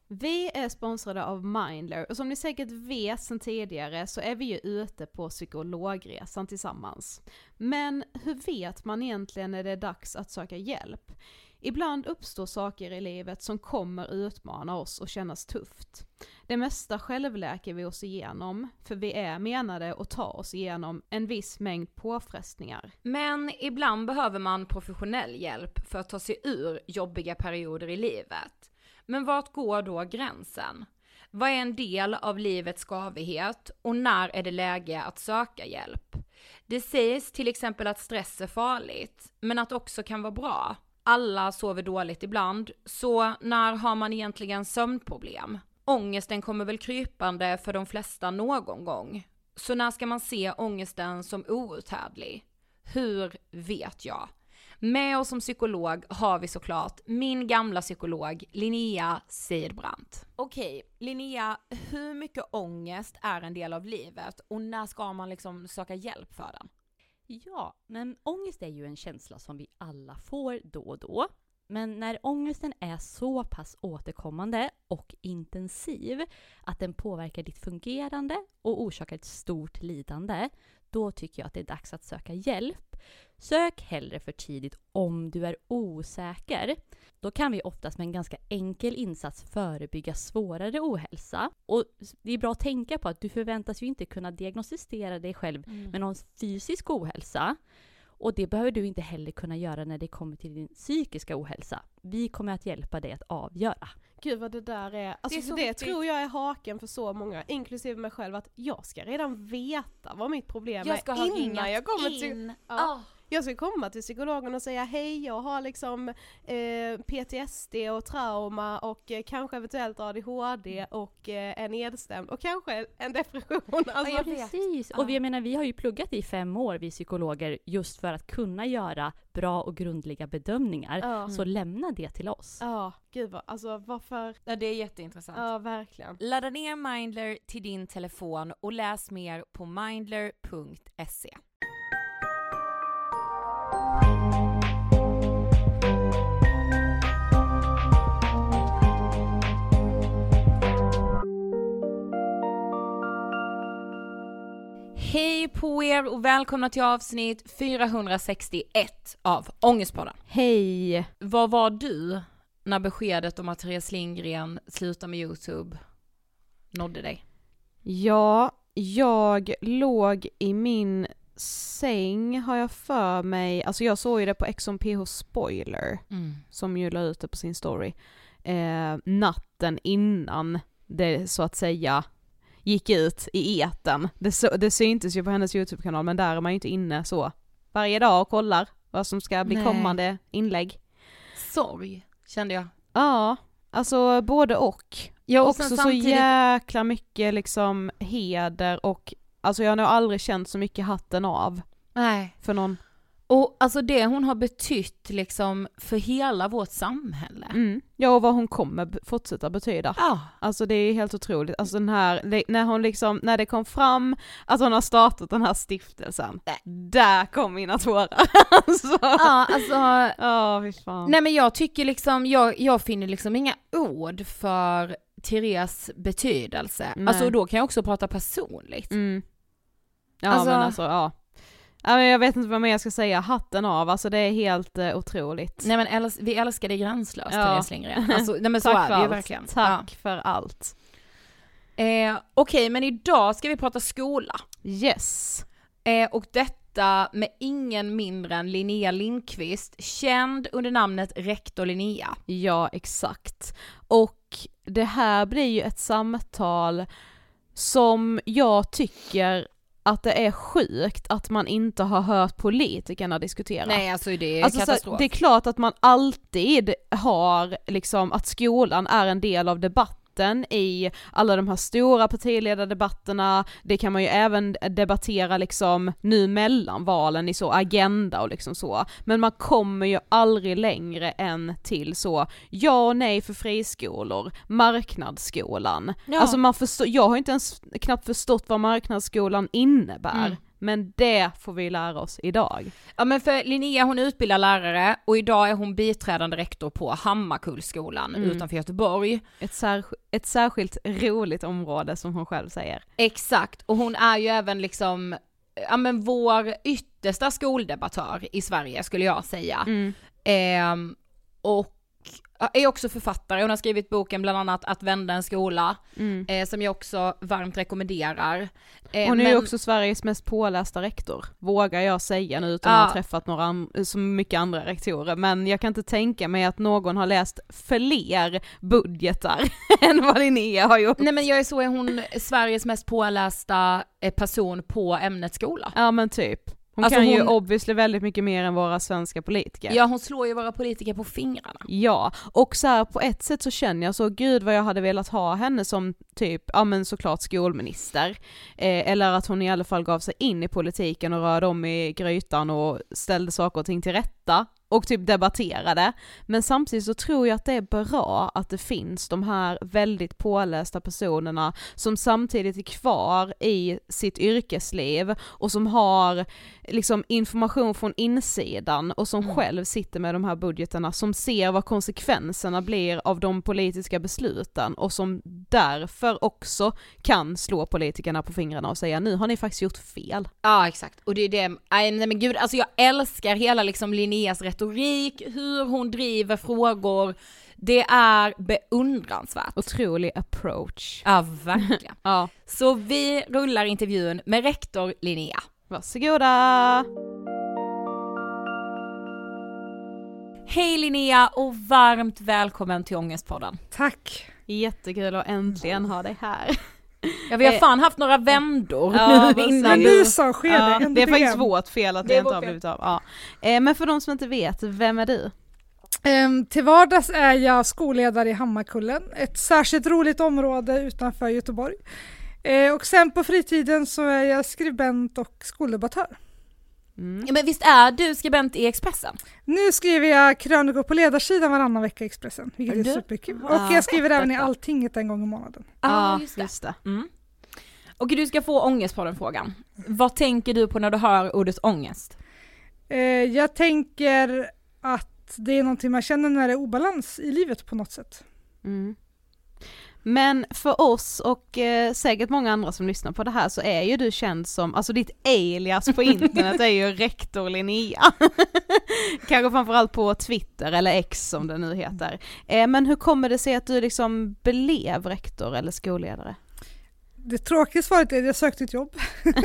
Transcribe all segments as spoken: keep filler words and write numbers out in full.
Vi är sponsrade av Mindler och som ni säkert vet sedan tidigare så är vi ju ute på psykologresan tillsammans. Men hur vet man egentligen när det är dags att söka hjälp? Ibland uppstår saker i livet som kommer utmana oss och kännas tufft. Det mesta självläker vi oss igenom, för vi är menade att ta oss igenom en viss mängd påfrestningar. Men ibland behöver man professionell hjälp för att ta sig ur jobbiga perioder i livet. Men vart går då gränsen? Vad är en del av livets skavighet och när är det läge att söka hjälp? Det sägs till exempel att stress är farligt, men att också kan vara bra. Alla sover dåligt ibland, så när har man egentligen sömnproblem? Ångesten kommer väl krypande för de flesta någon gång. Så när ska man se ångesten som outhärdlig? Hur vet jag? Med oss som psykolog har vi såklart min gamla psykolog Linnea Seidbrant. Okej, Linnea, hur mycket ångest är en del av livet och när ska man liksom söka hjälp för den? Ja, men ångest är ju en känsla som vi alla får då och då. Men när ångesten är så pass återkommande och intensiv att den påverkar ditt fungerande och orsakar ett stort lidande, då tycker jag att det är dags att söka hjälp. Sök hellre för tidigt om du är osäker. Då kan vi oftast med en ganska enkel insats förebygga svårare ohälsa. Och det är bra att tänka på att du förväntas ju inte kunna diagnostisera dig själv mm. med någon fysisk ohälsa. Och det behöver du inte heller kunna göra när det kommer till din psykiska ohälsa. Vi kommer att hjälpa dig att avgöra. Gud vad det där är. Alltså det, är det tror jag är haken för så många, inklusive mig själv, att jag ska redan veta vad mitt problem jag ska är ha innan jag kommer in. till... Ja. Oh. Jag ska komma till psykologen och säga hej, jag har liksom eh, P T S D och trauma och eh, kanske eventuellt A D H D och eh, en nedstämd och kanske en depression. Alltså, ja, precis. Och vi, jag menar, vi har ju pluggat i fem år, vi psykologer, just för att kunna göra bra och grundliga bedömningar. Mm. Så lämna det till oss. Ja, gud vad, alltså varför? Ja, det är jätteintressant. Ja, verkligen. Ladda ner Mindler till din telefon och läs mer på mindler punkt se. Hej på er och välkomna till avsnitt fyrahundrasextioett av Ångestpodden. Hej! Vad var du när beskedet om att Therese Lindgren slutar med YouTube nådde dig? Ja, jag låg i min säng har jag för mig, alltså jag såg ju det på X on P H Spoiler mm. som ju la ut det på sin story eh, natten innan det så att säga gick ut i eten. Det, så, det syntes ju på hennes YouTube-kanal, men där är man ju inte inne så varje dag och kollar vad som ska bli Nej. kommande inlägg. Sorg, kände jag. Ja, alltså både och. Ja, och också så samtidigt... jäkla mycket liksom heder och alltså jag har nog aldrig känt så mycket hatten av. Nej. För någon. Och alltså det hon har betytt liksom för hela vårt samhälle. Mm. Ja, och vad hon kommer b- fortsätta betyda. Ah. Alltså det är helt otroligt. Alltså den här, det, när hon liksom, när det kom fram att hon har startat den här stiftelsen. Nej. Där kom mina tårar. alltså. Ja, alltså. Ja, fy fan. Nej men jag tycker liksom, jag, jag finner liksom inga ord för Therese betydelse. Nej. Alltså då kan jag också prata personligt. Mm. Ja, alltså, men alltså, ja. Jag vet inte vad mer jag ska säga. Hatten av, alltså det är helt uh, otroligt. Nej men äls- vi älskar det gränslöst, ja. Therese Lindgren. Alltså, nej men så Tack är det ju verkligen. Tack ja. för allt. Eh, Okej, okay, men idag ska vi prata skola. Yes. Eh, och detta med ingen mindre än Linnea Lindqvist, känd under namnet Rektor Linnea. Ja, exakt. Och det här blir ju ett samtal som jag tycker att det är sjukt att man inte har hört politikerna diskutera. Nej, alltså det är alltså, katastrof. Så, det är klart att man alltid har liksom att skolan är en del av debatten i alla de här stora partiledardebatterna. Det kan man ju även debattera liksom nu mellan valen i så agenda och liksom så. Men man kommer ju aldrig längre än till så ja och nej för friskolor, marknadsskolan. Ja. Alltså man förstår, jag har inte ens knappt förstått vad marknadsskolan innebär. Mm. Men det får vi lära oss idag. Ja, men för Linnea, hon utbildar lärare och idag är hon biträdande rektor på Hammarkullskolan mm. utanför Göteborg. Ett, särsk- ett särskilt roligt område som hon själv säger. Exakt, och hon är ju även liksom, ja men vår yttersta skoldebattör i Sverige skulle jag säga. Mm. Eh, och är också författare. Hon har skrivit boken bland annat Att vända en skola mm. eh, som jag också varmt rekommenderar. Eh, hon är men... ju också Sveriges mest pålästa rektor, vågar jag säga nu utan ja. att ha träffat några an- så mycket andra rektorer. Men jag kan inte tänka mig att någon har läst fler budgetar än vad Linnea har gjort. Nej, men jag är så är hon Sveriges mest pålästa person på ämnet skola. Ja men typ. Hon alltså kan hon... ju obviously väldigt mycket mer än våra svenska politiker. Ja, hon slår ju våra politiker på fingrarna. Ja, och så här, på ett sätt så känner jag så, gud vad jag hade velat ha henne som typ, ja men såklart skolminister. Eh, eller att hon i alla fall gav sig in i politiken och rörde om i grytan och ställde saker och ting till rätta. Och typ debatterade. Men samtidigt så tror jag att det är bra att det finns de här väldigt pålästa personerna som samtidigt är kvar i sitt yrkesliv och som har liksom information från insidan och som mm. själv sitter med de här budgeterna, som ser vad konsekvenserna blir av de politiska besluten och som därför också kan slå politikerna på fingrarna och säga nu har ni faktiskt gjort fel. Ja, exakt. Och det är det, nej men gud, alltså jag älskar hela liksom Linneas retorik, hur hon driver frågor. Det är beundransvärt. Otrolig approach. Ja, verkligen. Ja. Så vi rullar intervjun med rektor Linnea. Varsågoda! Hej Linnea och varmt välkommen till Ångestpodden. Tack. Jättekul att äntligen ha dig här. Ja, vi har fan haft några vändor ja, nu innan du sa skede. Ja, det är faktiskt vårt fel att det, det inte har fel. blivit av. Ja. Eh, men för de som inte vet, vem är du? Um, till vardags är jag skolledare i Hammarkullen, ett särskilt roligt område utanför Göteborg. Uh, och sen på fritiden så är jag skribent och skoldebattör. Mm. Ja, men visst är du skribent i Expressen? Nu skriver jag krönikor på ledarsidan varannan vecka i Expressen, vilket du? är superkul. Och ah, jag skriver även i Alltinget en gång i månaden. Ja, ah, just det. Just det. Mm. Och du ska få ångest på den frågan. Vad tänker du på när du hör ordet ångest? Uh, jag tänker att det är någonting man känner när det är obalans i livet på något sätt. Mm. Men för oss och eh, säkert många andra som lyssnar på det här så är ju du känd som, alltså ditt alias på internet är ju rektor Linnea. Kanske framförallt på Twitter eller X som det nu heter. Eh, men hur kommer det sig att du liksom blev rektor eller skolledare? Det tråkiga svaret är att jag sökte ett jobb.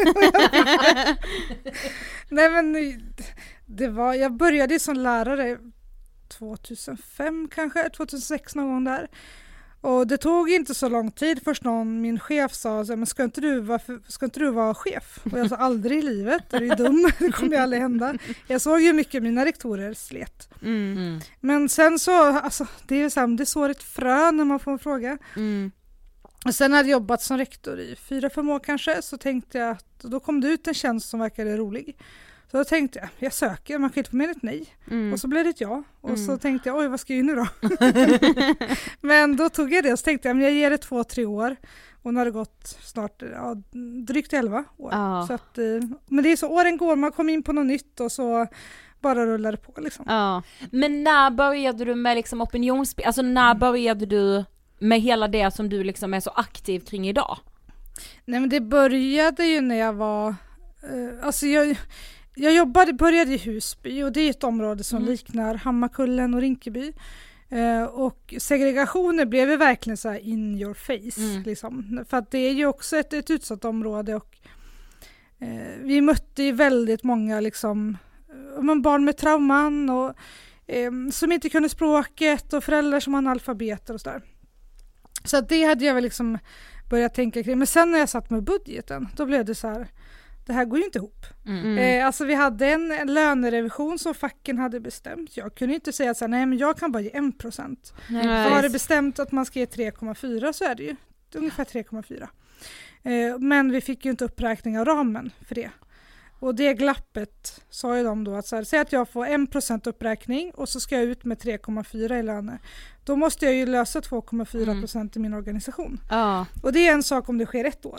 Nej men det var, jag började som lärare tjugohundrafem kanske, tjugohundrasex någon gång där. Och det tog inte så lång tid först någon, min chef sa men ska inte du vara, ska inte du vara chef? Och jag sa aldrig i livet, är du dum? Det kommer ju aldrig hända. Jag såg ju mycket mina rektorer slet. Mm. Mm. Men sen så, alltså det är ju så här, det sår ett frö när man får en fråga. Mm. Och sen hade jag jobbat som rektor i fyra, fem år kanske, så tänkte jag att då kom det ut en tjänst som verkade rolig. Så då tänkte jag, jag söker, man kan inte få med ett nej. Mm. Och så blev det ett ja. Och mm. så tänkte jag, oj vad ska jag nu då? Men då tog jag det och så tänkte jag, men jag ger det två, tre år. Och nu har det gått snart ja, drygt elva år. Ah. Så att, men det är så, åren går, man kommer in på något nytt och så bara rullar det på liksom. Ah. Men när började du med liksom opinionsspel? Alltså när började du med hela det som du liksom är så aktiv kring idag? Nej men det började ju när jag var, eh, alltså jag... Jag jobbade, började i Husby och det är ett område som mm. liknar Hammarkullen och Rinkeby. Eh, och segregationen blev ju verkligen så här in your face. Mm. Liksom. För att det är ju också ett, ett utsatt område och eh, vi mötte ju väldigt många liksom, eh, barn med trauman och eh, som inte kunde språket och föräldrar som analfabeter och sådär. Så att det hade jag väl liksom börjat tänka kring. Men sen när jag satt med budgeten, då blev det så här, det här går ju inte ihop. Mm. Eh, alltså vi hade en, en lönerevision som facken hade bestämt. Jag kunde inte säga så här, nej men jag kan bara ge en procent. För har det bestämt att man ska ge tre komma fyra så är det ju det är ungefär tre komma fyra. Eh, men vi fick ju inte uppräkning av ramen för det. Och det glappet sa ju de då att så här, säg att jag får en procent uppräkning och så ska jag ut med tre komma fyra i löner. Då måste jag ju lösa två komma fyra procent mm. i min organisation. Ah. Och det är en sak om det sker ett år.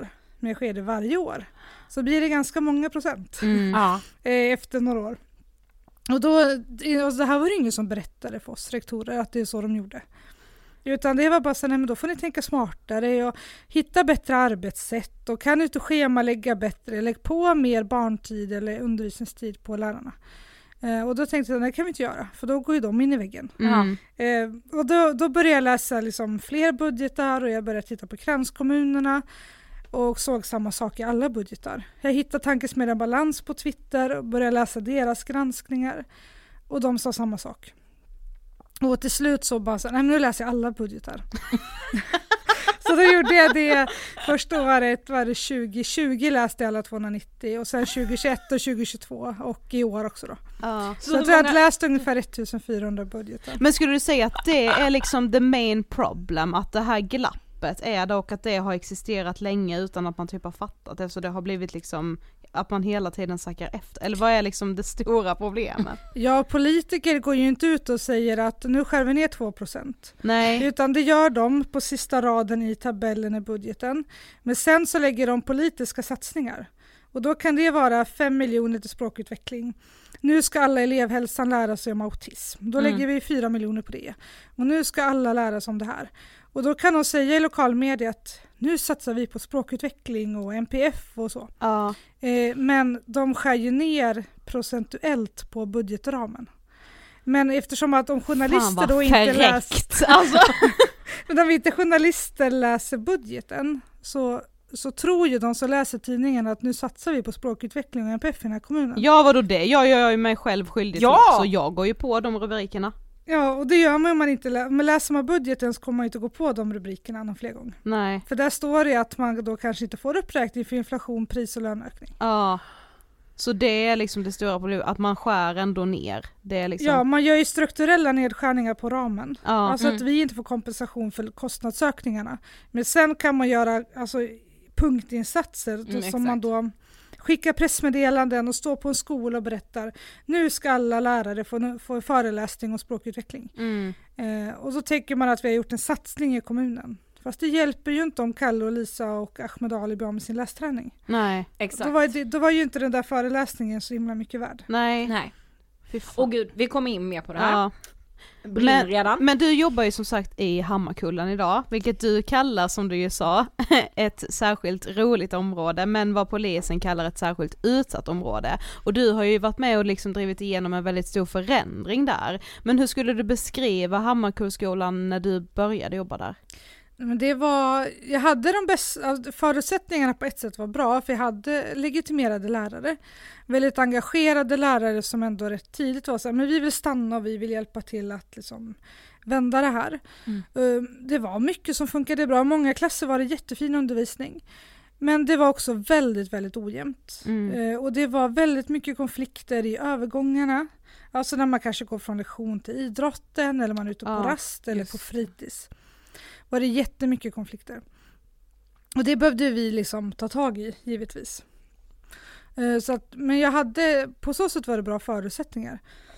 men sker det varje år så blir det ganska många procent Mm. Ja. efter några år. Och då, och det här var det ingen som berättade för oss rektorer att det är så de gjorde. Utan det var bara så, nej, men då får ni tänka smartare och hitta bättre arbetssätt och kan inte schema lägga bättre, lägg på mer barntid eller undervisningstid på lärarna. Eh, och då tänkte jag, det kan vi inte göra, för då går ju de in i väggen. Mm. Eh, och då, då började jag läsa liksom fler budgetar och jag började titta på kranskommunerna och såg samma sak i alla budgetar. Jag hittade Tankesmedjan Balans på Twitter och började läsa deras granskningar och de sa samma sak. Och till slut så bara så, nej men nu läser jag alla budgetar. Så då gjorde jag det första året, var det tjugo tjugo läste jag alla tvåhundranittio och sen tjugo tjugoett och tjugo tjugotvå och i år också då. Ja. Så, så jag tror många... jag läst ungefär ettusenfyrahundra budgetar. Men skulle du säga att det är liksom the main problem, att det här glappet är dock att det har existerat länge utan att man typ har fattat det, så det har blivit liksom att man hela tiden sackar efter, eller vad är liksom det stora problemet? Ja, politiker går ju inte ut och säger att nu skär vi ner två procent. Nej. Utan det gör de på sista raden i tabellen i budgeten. Men sen så lägger de politiska satsningar. Och då kan det vara fem miljoner till språkutveckling. Nu ska alla elevhälsan lära sig om autism. Då mm. lägger vi fyra miljoner på det. Och nu ska alla lära sig om det här. Och då kan de säga i lokalmedia att nu satsar vi på språkutveckling och N P F och så. Ja. Eh, men de skär ju ner procentuellt på budgetramen. Men eftersom att om journalister då inte läser alltså. men om inte journalister läser budgeten så så tror ju de som läser tidningen att nu satsar vi på språkutveckling och N P F i den här kommunen. Ja, vadå det? Jag gör ju mig själv skyldig ja! till, så jag går ju på de rubrikerna. Ja, och det gör man om man inte lä- men läser man budgeten så kommer man inte gå på de rubrikerna någon fler gånger. Nej. För där står det att man då kanske inte får uppräkning för inflation, pris och löneökning. Ja. Så det är liksom det stora problemet, att man skär ändå ner. Det är liksom... Ja, man gör ju strukturella nedskärningar på ramen. Ja. Alltså Mm. att vi inte får kompensation för kostnadsökningarna. Men sen kan man göra alltså, punktinsatser då, Mm, som man då skickar pressmeddelanden och står på en skola och berättar nu ska alla lärare få, få föreläsning om språkutveckling. Mm. Eh, och då tänker man att vi har gjort en satsning i kommunen. Fast det hjälper ju inte om Kalle och Lisa och Ahmed Ali blir av med sin lästräning. Nej. Exakt. Då var, det, då var ju inte den där föreläsningen så himla mycket värd. Nej. Nej. Fy fan. Åh gud, vi kommer in mer på det här. Ja. Brinner Men, redan. men du jobbar ju som sagt i Hammarkullen idag, vilket du kallar, som du ju sa, ett särskilt roligt område, men vad polisen kallar ett särskilt utsatt område. Och du har ju varit med och liksom drivit igenom en väldigt stor förändring där. Men hur skulle du beskriva Hammarkullsskolan när du började jobba där? Men det var, jag hade de bästa, förutsättningarna på ett sätt var bra, för jag hade legitimerade lärare. Väldigt engagerade lärare som ändå rätt tidigt var så här, men vi vill stanna och vi vill hjälpa till att liksom vända det här. Mm. Det var mycket som funkade bra, många klasser var det jättefin undervisning. Men det var också väldigt, väldigt ojämnt. Mm. Och det var väldigt mycket konflikter i övergångarna. Alltså när man kanske går från lektion till idrotten eller man är ute på ja, rast eller just. På fritids. Var det jättemycket konflikter. Och det behövde vi liksom ta tag i, givetvis. Uh, så att, men jag hade, på så sätt var det bra förutsättningar.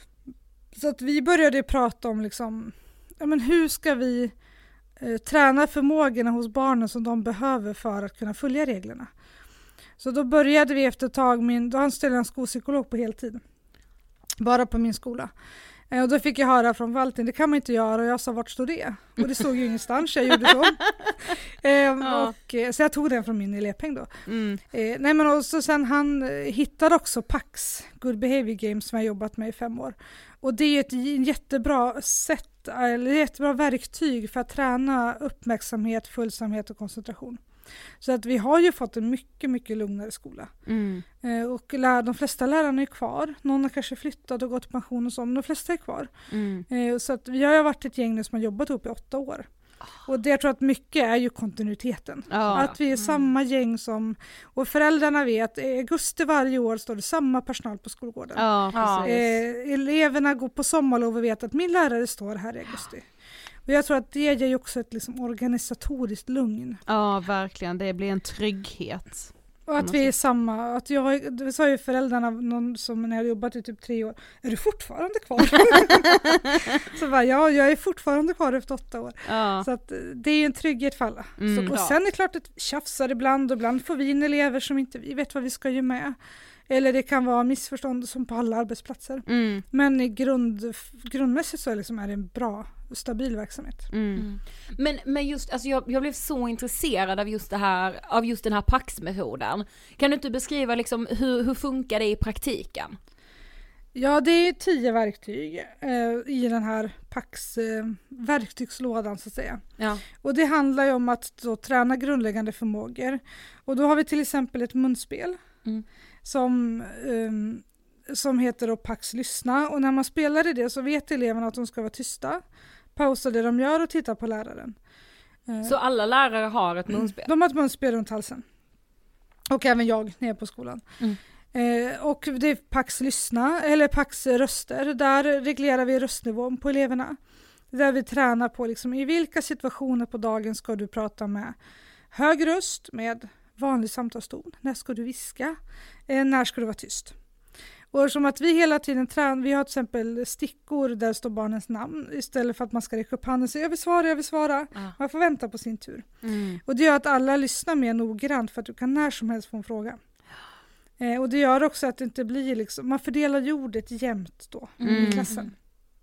Så att vi började prata om liksom, ja men hur ska vi uh, träna förmågorna hos barnen som de behöver för att kunna följa reglerna. Så då började vi efter ett tag, min, då anställde jag en skolpsykolog på heltid. Bara på min skola. Och då fick jag höra från Valtin, det kan man inte göra, och jag sa, vart stod det? Och det stod ju ingenstans, så jag gjorde så. ehm, ja. och, så jag tog den från min elevpeng då. Mm. Eh, nej men och så sen han eh, hittade också P A X, Good Behavior Games, som jag jobbat med i fem år. Och det är ett jättebra sätt, eller jättebra verktyg för att träna uppmärksamhet, följsamhet och koncentration. Så att vi har ju fått en mycket, mycket lugnare skola. Mm. Eh, och lär, de flesta lärarna är kvar. Någon har kanske flyttat och gått i pension och så, men de flesta är kvar. Mm. Eh, så att vi har ju varit ett gäng nu som har jobbat upp i åtta år. Oh. Och det jag tror att mycket är ju kontinuiteten. Oh. Att vi är mm. samma gäng som, och föräldrarna vet, i augusti varje år står det samma personal på skolgården. Oh, eh, eleverna går på sommarlov och vet att min lärare står här i augusti. Och jag tror att det ger ju också ett liksom organisatoriskt lugn. Ja, verkligen. Det blir en trygghet. Och att vi är samma, att jag, det sa ju föräldrarna, någon som när jag hade jobbat i typ tre år, är du fortfarande kvar? Så bara, ja, jag är fortfarande kvar efter åtta år. Ja. Så att det är ju en trygghet för alla. Mm, så, och sen är det klart att tjafsar ibland, och ibland får vi in elever som inte vi vet vad vi ska göra med. Eller det kan vara missförstånd som på alla arbetsplatser. Mm. Men i grund, grundmässigt så är, liksom, är det en bra och stabil verksamhet. Mm. Mm. Men, men just, alltså jag, jag blev så intresserad av just det här, av just den här Pax-metoden. Kan du inte beskriva liksom hur, hur funkar det i praktiken? Ja, det är tio verktyg eh, i den här Pax eh, verktygslådan så att säga. Ja. Och det handlar ju om att då träna grundläggande förmågor. Och då har vi till exempel ett munspel Mm. som, um, som heter då Pax lyssna. Och när man spelar i det så vet eleverna att de ska vara tysta, pausa det de gör och titta på läraren. Eh, Så alla lärare har ett munspel? De har ett munspel runt halsen. Och även jag när jag är på skolan. Mm. Eh, och det är Pax lyssna, eller Pax röster. Där reglerar vi röstnivån på eleverna. Där vi tränar på liksom, i vilka situationer på dagen ska du prata med hög röst, med vanlig samtalston. När ska du viska? Eh, när ska du vara tyst? Och som att vi hela tiden tränar, vi har till exempel stickor där står barnens namn istället för att man ska räcka upp handen och säga jag vill svara, jag vill svara. Ah. Man får vänta på sin tur. Mm. Och det gör att alla lyssnar mer noggrant för att du kan när som helst få en fråga. Eh, och det gör också att det inte blir liksom, man fördelar jordet jämnt då Mm. i klassen.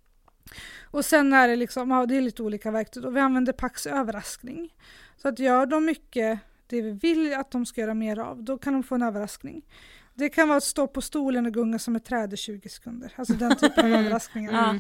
Och sen är det liksom, ja, det är lite olika verktyg. Och vi använder Pax överraskning. Så att gör de mycket det vi vill att de ska göra mer av, då kan de få en överraskning. Det kan vara att stå på stolen och gunga som ett träd i tjugo sekunder. Alltså den typen av överraskningar.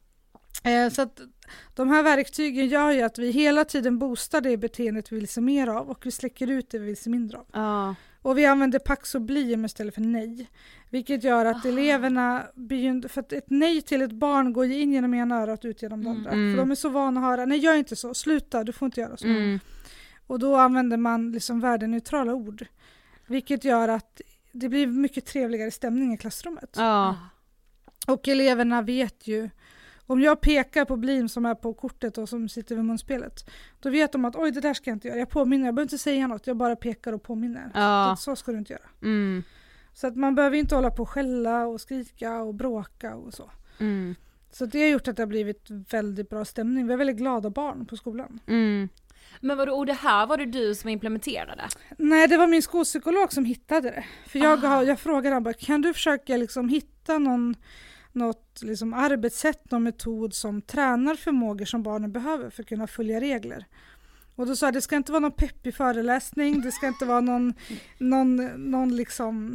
Mm. Eh, så att de här verktygen gör ju att vi hela tiden boostar det beteendet vi vill se mer av och vi släcker ut det vi vill se mindre av. Ja. Och vi använder Pax och blim istället för nej. Vilket gör att Aha. eleverna begynner, för att ett nej till ett barn går ju in genom ena örat och ut genom det andra. Mm. För de är så vana att höra, nej gör inte så, sluta, du får inte göra så. Mm. Och då använder man liksom värdeneutrala ord. Vilket gör att det blir mycket trevligare stämning i klassrummet. Ja. Och eleverna vet ju, om jag pekar på Blim som är på kortet och som sitter vid munspelet, då vet de att oj det där ska jag inte göra. Jag påminner, jag behöver inte säga något, jag bara pekar och påminner. Ja. Så, så ska du inte göra. Mm. Så att man behöver inte hålla på och skälla och skrika och bråka och så. Mm. Så det har gjort att det har blivit väldigt bra stämning. Vi är väldigt glada barn på skolan. Mm. Men vadå, och det här var det du som implementerade? Nej, det var min skolpsykolog som hittade det. För jag, Ah. har, jag frågade honom bara, kan du försöka liksom hitta någon, något liksom arbetssätt, någon metod som tränar förmågor som barnen behöver för att kunna följa regler. Och då sa jag, det ska inte vara någon peppig föreläsning, det ska inte vara någon, någon, någon liksom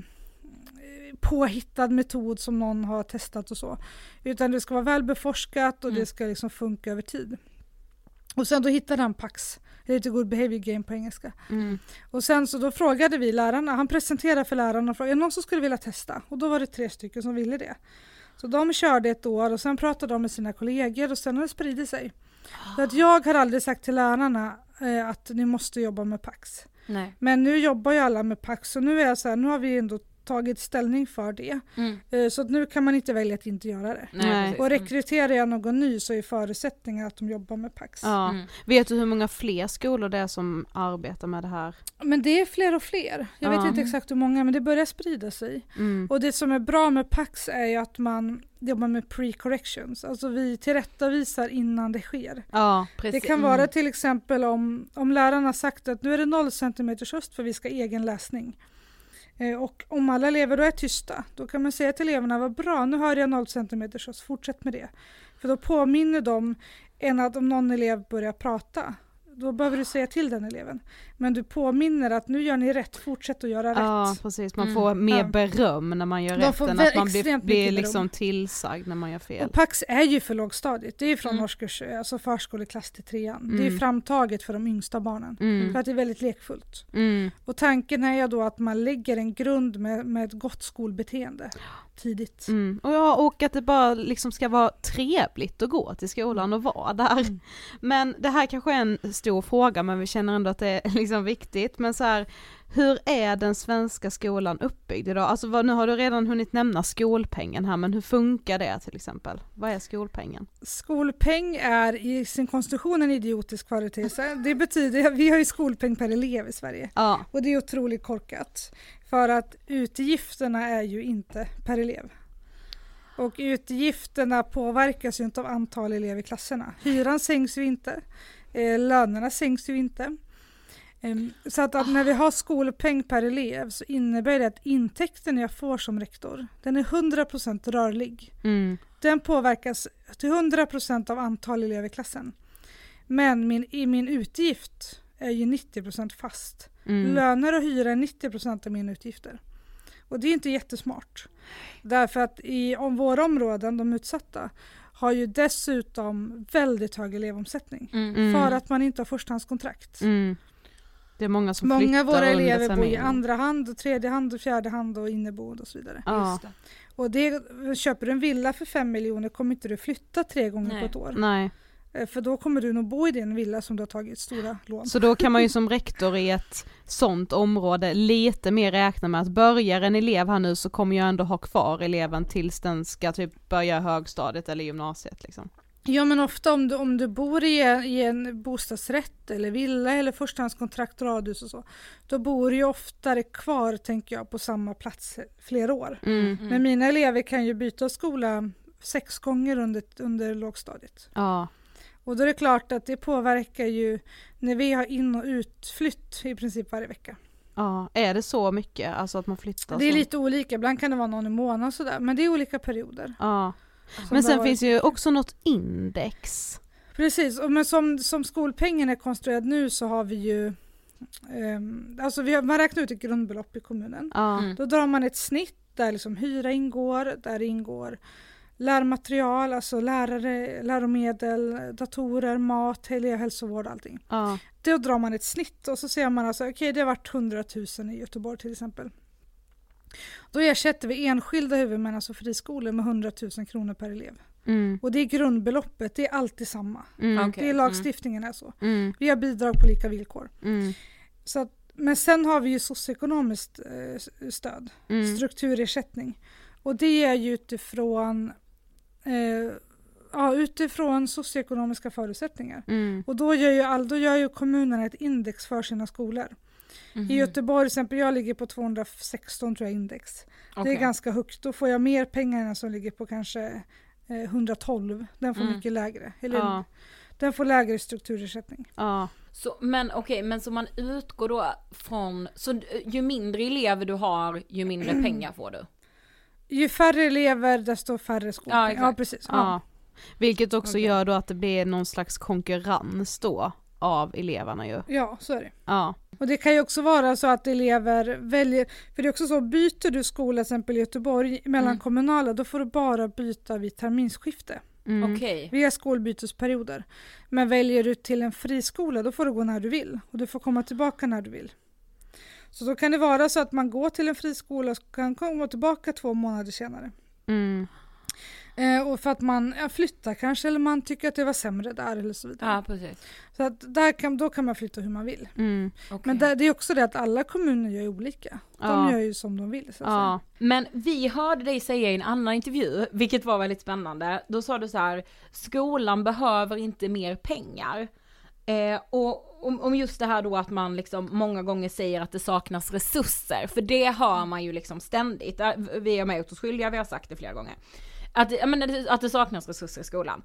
påhittad metod som någon har testat och så. Utan det ska vara väl beforskat och Mm. det ska liksom funka över tid. Och sen då hittade han Pax, lite good behavior game på engelska. Mm. Och sen så då frågade vi lärarna, han presenterade för lärarna och frågade, är det någon som skulle vilja testa? Och då var det tre stycken som ville det. Så de körde ett år och sen pratade de med sina kollegor och sen har det spridit sig. Så att jag har aldrig sagt till lärarna eh, att ni måste jobba med Pax. Nej. Men nu jobbar ju alla med Pax och nu är jag så här, nu har vi ändå tagit ställning för det. Mm. Eh, så att nu kan man inte välja att inte göra det. Nej, Nej. precis. Och rekryterar jag någon ny så är förutsättningen att de jobbar med Pax. Ja. Mm. Vet du hur många fler skolor det är som arbetar med det här? Men det är fler och fler. Jag Ja. vet inte exakt hur många, men det börjar sprida sig. Mm. Och det som är bra med Pax är ju att man jobbar med pre-corrections. Alltså vi tillrättavisar innan det sker. Ja. Precis. Det kan vara till exempel om, om läraren har sagt att nu är det noll centimeters höst för vi ska egen läsning. Eh, och om alla elever då är tysta, då kan man säga till eleverna, vad bra, nu hör jag noll centimeters höst, fortsätt med det. För då påminner de en att om någon elev börjar prata, då behöver du säga till den eleven. Men du påminner att nu gör ni rätt, fortsätt att göra Ja, rätt. precis. Man Mm. får mer Ja. beröm när man gör De rätt får än väl att man blir, extremt blir mycket beröm. liksom tillsagd när man gör fel. Och Pax är ju för lågstadiet, det är från Mm. årskurs, alltså förskoleklass till trean. Mm. Det är framtaget för de yngsta barnen. Mm. För att det är väldigt lekfullt. Mm. Och tanken är ju då att man lägger en grund med, med ett gott skolbeteende tidigt. Mm. Och, ja, och att det bara liksom ska vara trevligt att gå till skolan och vara där. Men det här kanske är en stor fråga, men vi känner ändå att det är liksom viktigt. Men så här, hur är den svenska skolan uppbyggd idag? Alltså vad, nu har du redan hunnit nämna skolpengen här, men hur funkar det till exempel? Vad är skolpengen? Skolpeng är i sin konstruktion en idiotisk företeelse. Det betyder att vi har ju skolpeng per elev i Sverige. Ja. Och det är otroligt korkat. För att utgifterna är ju inte per elev. Och utgifterna påverkas ju inte av antal elever i klasserna. Hyran sänks ju inte. Eh, lönerna sänks ju inte. Eh, så att, att när vi har skolpeng per elev så innebär det att intäkten jag får som rektor, den är hundra procent rörlig. Mm. Den påverkas till hundra procent av antal elever i klassen. Men min, i min utgift är ju nittio procent fast. Mm. Löner och hyra är nittio procent av mina utgifter. Och det är inte jättesmart. Därför att i om våra områden, de utsatta, har ju dessutom väldigt hög elevomsättning. Mm. För att man inte har förstahandskontrakt. Mm. Det är många som Många flyttar av våra under elever bor i terminen. andra hand, och tredje hand, och fjärde hand och inneboende och så vidare. Ja. Just det. Och det, köper du en villa för fem miljoner kommer inte du flytta tre gånger Nej. på ett år. Nej. Eh, För då kommer du nog bo i din villa som du har tagit stora lån. Så då kan man ju som rektor i ett sånt område lite mer räkna med att börjar en elev här nu så kommer jag ändå ha kvar eleven tills den ska typ börja högstadiet eller gymnasiet liksom. Ja, men ofta om du, om du bor i en, i en bostadsrätt eller villa eller förstahandskontrakt, radhus och så, då bor du ju oftare kvar, tänker jag, på samma plats flera år. Mm. Men mina elever kan ju byta skola sex gånger under, under lågstadiet. Ja. Och då är det klart att det påverkar ju när vi har in- och utflytt i princip varje vecka. Ja, är det så mycket? Alltså att man flyttar Det är så? lite olika, ibland kan det vara någon i månaden och sådär, men det är olika perioder. Ja. Som Men sen har finns varit- ju också något index. Precis, och men som, som skolpengen är konstruerad nu så har vi ju ehm, alltså vi har, man räknar ut ett grundbelopp i kommunen. Ja. Mm. Då drar man ett snitt där liksom hyra ingår, där ingår lärmaterial, alltså lärare, läromedel, datorer, mat, elevhälsovård och allting. Ja. Då drar man ett snitt och så ser man alltså, okej okay, det har varit hundratusen i Göteborg till exempel. Då ersätter vi enskilda huvudmän, alltså friskolor, med hundratusen kronor per elev. Mm. Och det är grundbeloppet, det är alltid samma. Mm. Okej. Det är lagstiftningen är så. Mm. Vi har bidrag på lika villkor. Mm. Så att, men sen har vi ju socioekonomiskt eh, stöd, Mm. strukturersättning. Och det är ju utifrån, eh, ja, utifrån socioekonomiska förutsättningar. Mm. Och då gör ju, all, då gör ju kommunerna ett index för sina skolor. Mhm. I Göteborg till exempel, jag ligger på tvåhundrasexton tror jag index. Det Okej. är ganska högt. Då får jag mer pengar än den som ligger på kanske eh, hundratolv. Den får Mm. mycket lägre. Eller, Ja. Den får lägre strukturersättning. Ja. Så, men okej, men så man utgår då från, så ju mindre elever du har, ju mindre pengar får du? Ju färre elever desto färre skolpeng. Ja, Ja, exakt. precis. Ja. Ja. Vilket också Okej. gör då att det blir någon slags konkurrens då av eleverna ju. ja, så är det. Ja. Och det kan ju också vara så att elever väljer, för det är också så, byter du skola till exempel i Göteborg mellan Mm. kommunala, då får du bara byta vid terminsskifte. Mm. Okej. Vi har skolbytesperioder. Men väljer du till en friskola, då får du gå när du vill. Och du får komma tillbaka när du vill. Så då kan det vara så att man går till en friskola och kan komma tillbaka två månader senare. Mm. Eh, och för att man ja, flyttar kanske, eller man tycker att det var sämre där eller så vidare. Ja, precis. Så att där kan, då kan man flytta hur man vill. Mm. Okej. Men där, det är också det att alla kommuner gör olika. De Ja. gör ju som de vill. Så att Ja. Men vi hörde dig säga i en annan intervju, vilket var väldigt spännande, då sa du så här: skolan behöver inte mer pengar. Eh, och om, om just det här då att man liksom många gånger säger att det saknas resurser, för det hör man ju liksom ständigt. Äh, Vi är med åt oss skyldiga, vi har sagt det flera gånger. Att, jag menar, att det saknas resurser i skolan.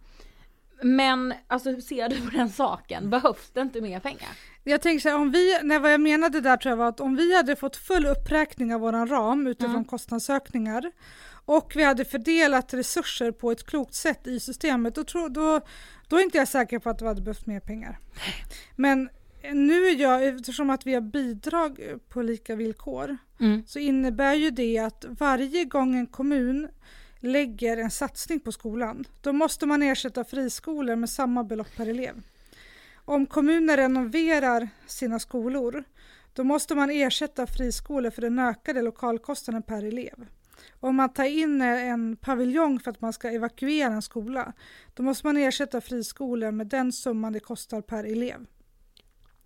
Men alltså hur ser du på den saken? Behövs det inte mer pengar? Jag tänker så här, om vi, när vad jag menade där tror jag var att om vi hade fått full uppräkning av våran ram utifrån Mm. kostnadsökningar och vi hade fördelat resurser på ett klokt sätt i systemet, då, tror, då, då är inte jag säker på att vi hade behövt mer pengar. Men nu är jag, eftersom att vi har bidrag på lika villkor, Mm. så innebär ju det att varje gång en kommun lägger en satsning på skolan, då måste man ersätta friskolor med samma belopp per elev. Om kommuner renoverar sina skolor, då måste man ersätta friskolor för den ökade lokalkostnaden per elev. Om man tar in en paviljong för att man ska evakuera en skola, då måste man ersätta friskolor med den summan det kostar per elev.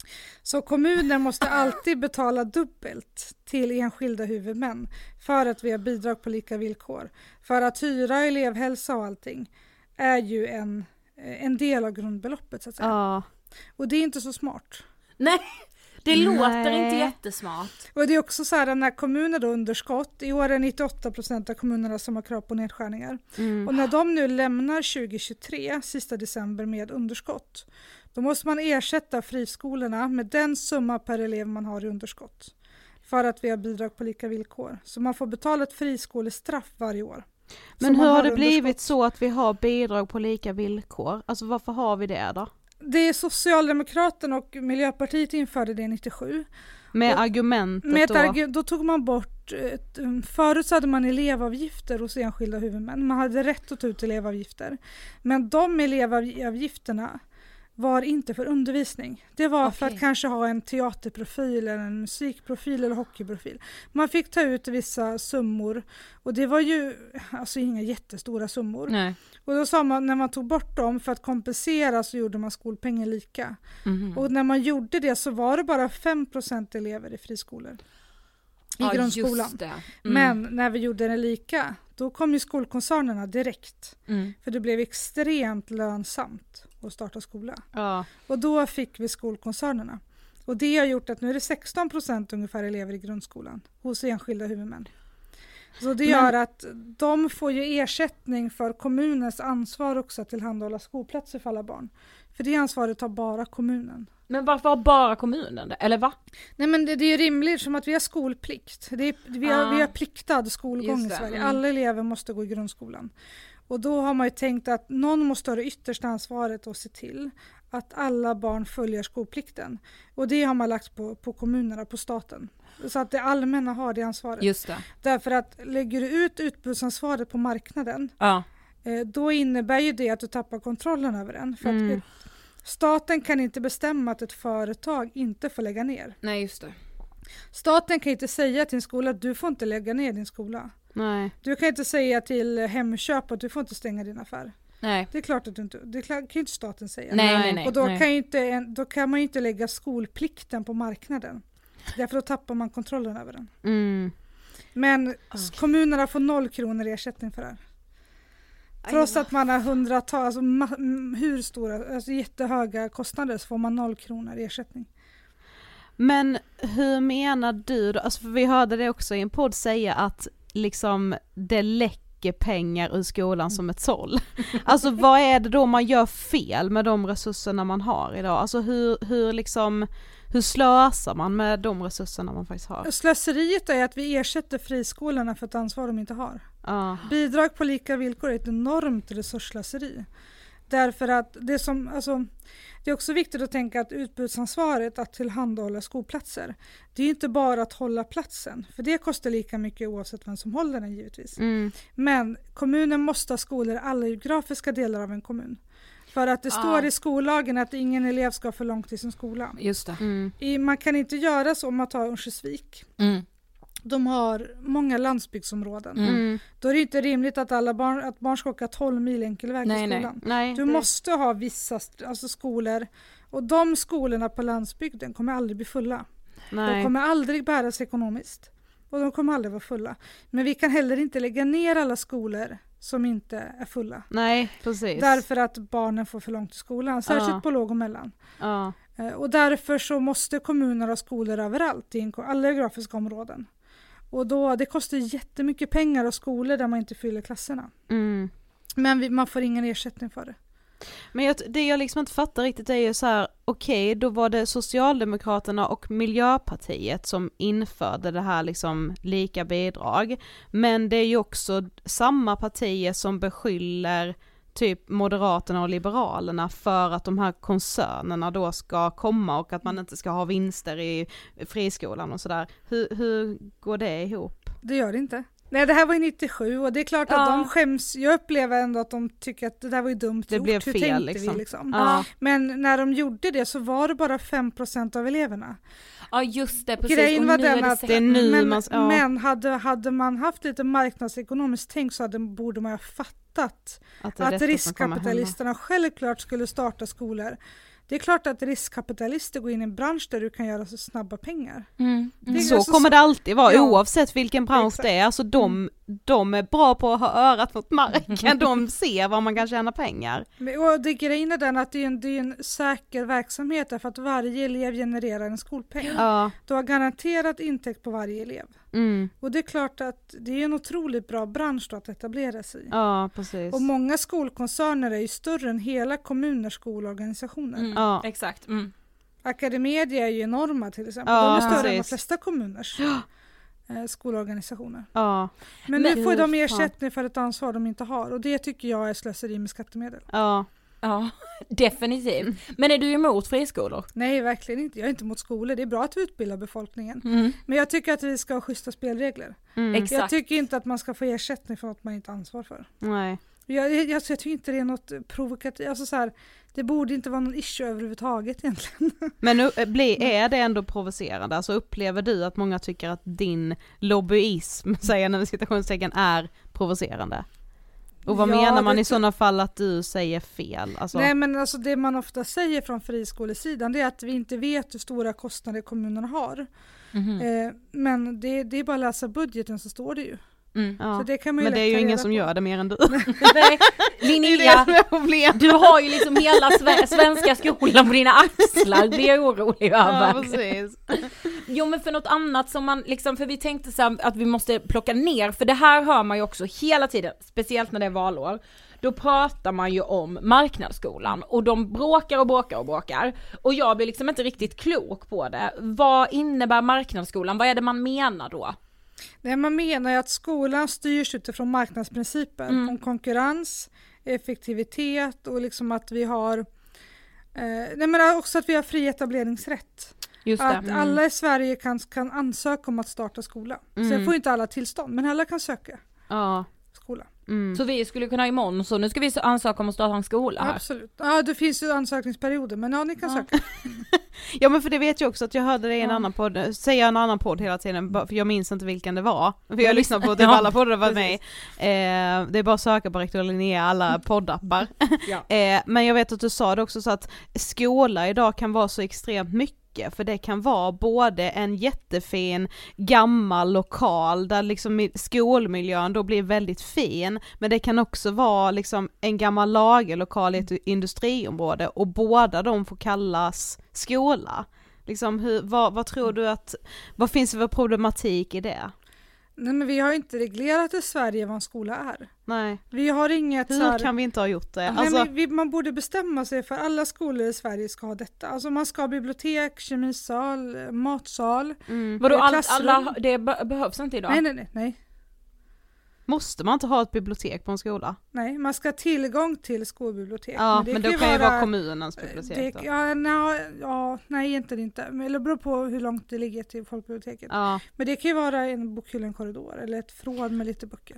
Så kommunen måste alltid betala dubbelt till enskilda huvudmän för att vi har bidrag på lika villkor. För att hyra, elevhälsa och allting är ju en, en del av grundbeloppet så att säga. Ja. Och det är inte så smart. Nej, det Nej. låter inte jättesmart. Och det är också så här när kommuner då underskott, i år är nittioåtta procent av kommunerna som har krav på nedskärningar. Mm. Och när de nu lämnar tjugo tjugotre, sista december med underskott, då måste man ersätta friskolorna med den summa per elev man har i underskott. För att vi har bidrag på lika villkor. Så man får betala ett friskolestraff varje år. Men hur har det blivit så att vi har bidrag på lika villkor? Alltså varför har vi det då? Det är Socialdemokraterna och Miljöpartiet införde det nittiosju. Med och argumentet med ett då? argu- då tog man bort, ett, förut så hade man elevavgifter hos enskilda huvudmän. Man hade rätt att ta ut elevavgifter. Men de elevavgifterna var inte för undervisning. Det var Okej. för att kanske ha en teaterprofil eller en musikprofil eller hockeyprofil. Man fick ta ut vissa summor och det var ju alltså inga jättestora summor. Nej. Och då sa man, när man tog bort dem för att kompensera så gjorde man skolpengen lika. Mm. Och när man gjorde det så var det bara fem procent elever i friskolor. I Ja, grundskolan. just det. Mm. Men när vi gjorde det lika, då kom ju skolkoncernerna direkt. Mm. För det blev extremt lönsamt att starta skola. Ja. Och då fick vi skolkoncernerna. Och det har gjort att nu är det sexton procent ungefär elever i grundskolan hos enskilda huvudmän. Så det gör Men- att de får ju ersättning för kommunens ansvar också att tillhandahålla skolplatser för alla barn. För det ansvaret har bara kommunen. Men varför har bara kommunen det? Eller va? Nej men det, det är ju rimligt som att vi har skolplikt. Det är, vi, har, Ah. vi har pliktad skolgång Just i det, Sverige. mm. Alla elever måste gå i grundskolan. Och då har man ju tänkt att någon måste ha det yttersta ansvaret att se till att alla barn följer skolplikten. Och det har man lagt på, på kommunerna, på staten. Så att det allmänna har det ansvaret. Just det. Därför att lägger du ut utbudsansvaret på marknaden, Ja. eh, då innebär ju det att du tappar kontrollen över den. För Mm. att ett, staten kan inte bestämma att ett företag inte får lägga ner. Nej, just det. Staten kan inte säga till en skola att du får inte lägga ner din skola. Nej. Du kan inte säga till Hemköp att du får inte stänga din affär. Nej. Det är klart att du inte, det kan ju inte staten säga. Nej, Nej. nej, nej. Och då nej. kan, ju inte, en- då kan man ju inte lägga skolplikten på marknaden. Därför då tappar man kontrollen över den. Mm. Men Ah. s- kommunerna får noll kronor i ersättning för det här. Aj, Trots va? att man har hundratals, alltså ma- m- hur stora, alltså jättehöga kostnader så får man noll kronor i ersättning. Men hur menar du då? Alltså för vi hörde det också i en podd säga att liksom det läcker pengar ur skolan som ett såll. Alltså vad är det då man gör fel med de resurserna man har idag? Alltså hur, hur liksom, hur slösar man med de resurserna man faktiskt har? Slöseriet är att vi ersätter friskolorna för ett ansvar de inte har. Ja. Bidrag på lika villkor är ett enormt resursslöseri. Därför att det som, alltså, det är också viktigt att tänka att utbudsansvaret att tillhandahålla skolplatser, det är ju inte bara att hålla platsen, för det kostar lika mycket oavsett vem som håller den givetvis. Mm. Men kommunen måste ha skolor i alla geografiska delar av en kommun. För att det Ah. står i skollagen att ingen elev ska för långt till sin skola. Just det. Mm. I, man kan inte göra så om man tar Örnsköldsvik. Mm. De har många landsbygdsområden. Mm. Mm. Då är det inte rimligt att alla barn, att barn ska åka tolv mil enkel väg Nej, till nej. skolan. Nej. Du måste ha vissa st- alltså skolor, och de skolorna på landsbygden kommer aldrig bli fulla. De Nej. kommer aldrig bäras ekonomiskt. Och de kommer aldrig vara fulla. Men vi kan heller inte lägga ner alla skolor som inte är fulla. Nej, precis. Därför att barnen får för långt till skolan, särskilt Ja. på låg och mellan. Ja. Eh, Och därför så måste kommuner ha skolor överallt i en ko- alla geografiska områden. Och då, det kostar jättemycket pengar och skolor där man inte fyller klasserna. Mm. Men vi, man får ingen ersättning för det. Men jag, det jag liksom inte fattar riktigt är ju så här: okej, okay, då var det Socialdemokraterna och Miljöpartiet som införde det här liksom lika bidrag, men det är ju också samma partier som beskyller typ Moderaterna och Liberalerna för att de här koncernerna då ska komma och att man inte ska ha vinster i friskolan och sådär. Hur, hur går det ihop? Det gör det inte. Nej, det här var ju nittiosju och det är klart att Ja. de skäms. Jag upplever ändå att de tycker att det där var ju dumt Det gjort. blev Hur fel, tänkte liksom. vi liksom? Ja. Men när de gjorde det så var det bara fem procent av eleverna. Ja, just det. Precis. Grejen Och var nu den är det att sex- Det är nu men, man- ja. men hade, hade man haft lite marknadsekonomiskt tänk så hade, borde man ha fattat Att, det är att detta som kommer hända. riskkapitalisterna självklart skulle starta skolor Det är klart att riskkapitalister går in i en bransch där du kan göra så snabba pengar. Mm. Det är Så alltså kommer så- det alltid vara, Ja. oavsett vilken bransch Exakt. det är. Alltså de, de är bra på att ha örat mot marken, de ser var man kan tjäna pengar. Men, och det grejen är den att det är, en, det är en säker verksamhet därför att varje elev genererar en skolpeng. Ja, Du har garanterat intäkt på varje elev. mm, Och det är klart att det är en otroligt bra bransch då att etablera sig i. ja precis. Och många skolkoncerner är ju större än hela kommuners skolorganisationer. Mm. Ja. Exakt. Mm. Academedia är ju enorma till exempel. Ja, de är större än de precis. flesta kommuners eh, skolorganisationer. Ja, Men, Men nu får de hur ersättning för ett ansvar de inte har. Och det tycker jag är slöseri med skattemedel. ja. Ja, definitivt. Men är du emot friskolor? Nej, verkligen inte. Jag är inte emot skolor. Det är bra att vi utbildar befolkningen. Mm. Men jag tycker att vi ska ha schyssta spelregler. Mm. Exakt. Jag tycker inte att man ska få ersättning för något man inte har ansvar för. Nej. Jag, jag, jag tycker inte det är något provokativt. Alltså så här, det borde inte vara någon issue överhuvudtaget egentligen. Men nu, blir, är det ändå provocerande? Alltså upplever du att många tycker att din lobbyism, säger när citationstecken, är provocerande? Och vad Ja, menar man det- i sådana fall att du säger fel? Alltså, Nej, men alltså det man ofta säger från friskolesidan det är att vi inte vet hur stora kostnader kommunerna har. Mhm. Eh, men det, det är bara att läsa budgeten så står det ju. Mm. ja. Så det kan man ju Men det är lätt ju ta som reda på. gör det mer än du. Nej, Det är det Linnea, som är problemet. du har ju liksom hela sve- svenska skolan på dina axlar, det är jag orolig Ja, över. precis. Jo men för något annat som man liksom, för vi tänkte så här att vi måste plocka ner, för det här hör man ju också hela tiden, speciellt när det är valår. Då pratar man ju om marknadsskolan och de bråkar och bråkar och bråkar. Och jag blir liksom inte riktigt klok på det. Vad innebär marknadsskolan? Vad är det man menar då? Nej, man menar ju att skolan styrs utifrån marknadsprinciper. Mm. Om konkurrens, effektivitet och liksom att vi har eh, nej, men också att vi har fri etableringsrätt. Just det. Att alla i Sverige kan, kan ansöka om att starta skola. Mm. Sen får inte alla tillstånd, men alla kan söka Ja. skola. Mm. Så vi skulle kunna imorgon, så nu ska vi ansöka om att starta en skola här. Absolut. Ja, det finns ju ansökningsperioder, men ja, ni kan Ja. söka. Ja men för det vet jag också att jag hörde det i en Ja. annan podd, säger en annan podd hela tiden, bara- för jag minns inte vilken det var. För jag Jag lyssnar på lyssnar- typ Ja, alla poddar var med. precis. Eh, det är bara att söka på Rektor Linnea, alla poddappar. Ja. eh, men jag vet att du sa det också så att skola idag kan vara så extremt mycket, för det kan vara både en jättefin gammal lokal där liksom i- skolmiljön då blir väldigt fin, men det kan också vara liksom en gammal lagerlokal i ett industriområde och båda de får kallas skola. Liksom hur, vad, vad tror du att, vad finns det för problematik i det? Nej, men vi har inte reglerat i Sverige vad en skola är. Nej, Vi har inget hur så här, kan vi inte ha gjort det? nej, Alltså, men vi, man borde bestämma sig för alla skolor i Sverige ska ha detta. Alltså man ska ha bibliotek, kemisal, matsal. mm. Vadå, all, klassrum. alla, det be- behövs inte idag? Nej, nej, nej, nej. Måste man inte ha ett bibliotek på en skola? Nej, man ska ha tillgång till skolbibliotek. Ja, det men då kan ju vara kommunens bibliotek det, då. ja, nej, ja, nej, inte det inte. Men det beror på hur långt det ligger till folkbiblioteket. Ja, Men det kan ju vara en bokhylla, en korridor eller ett förråd med lite böcker.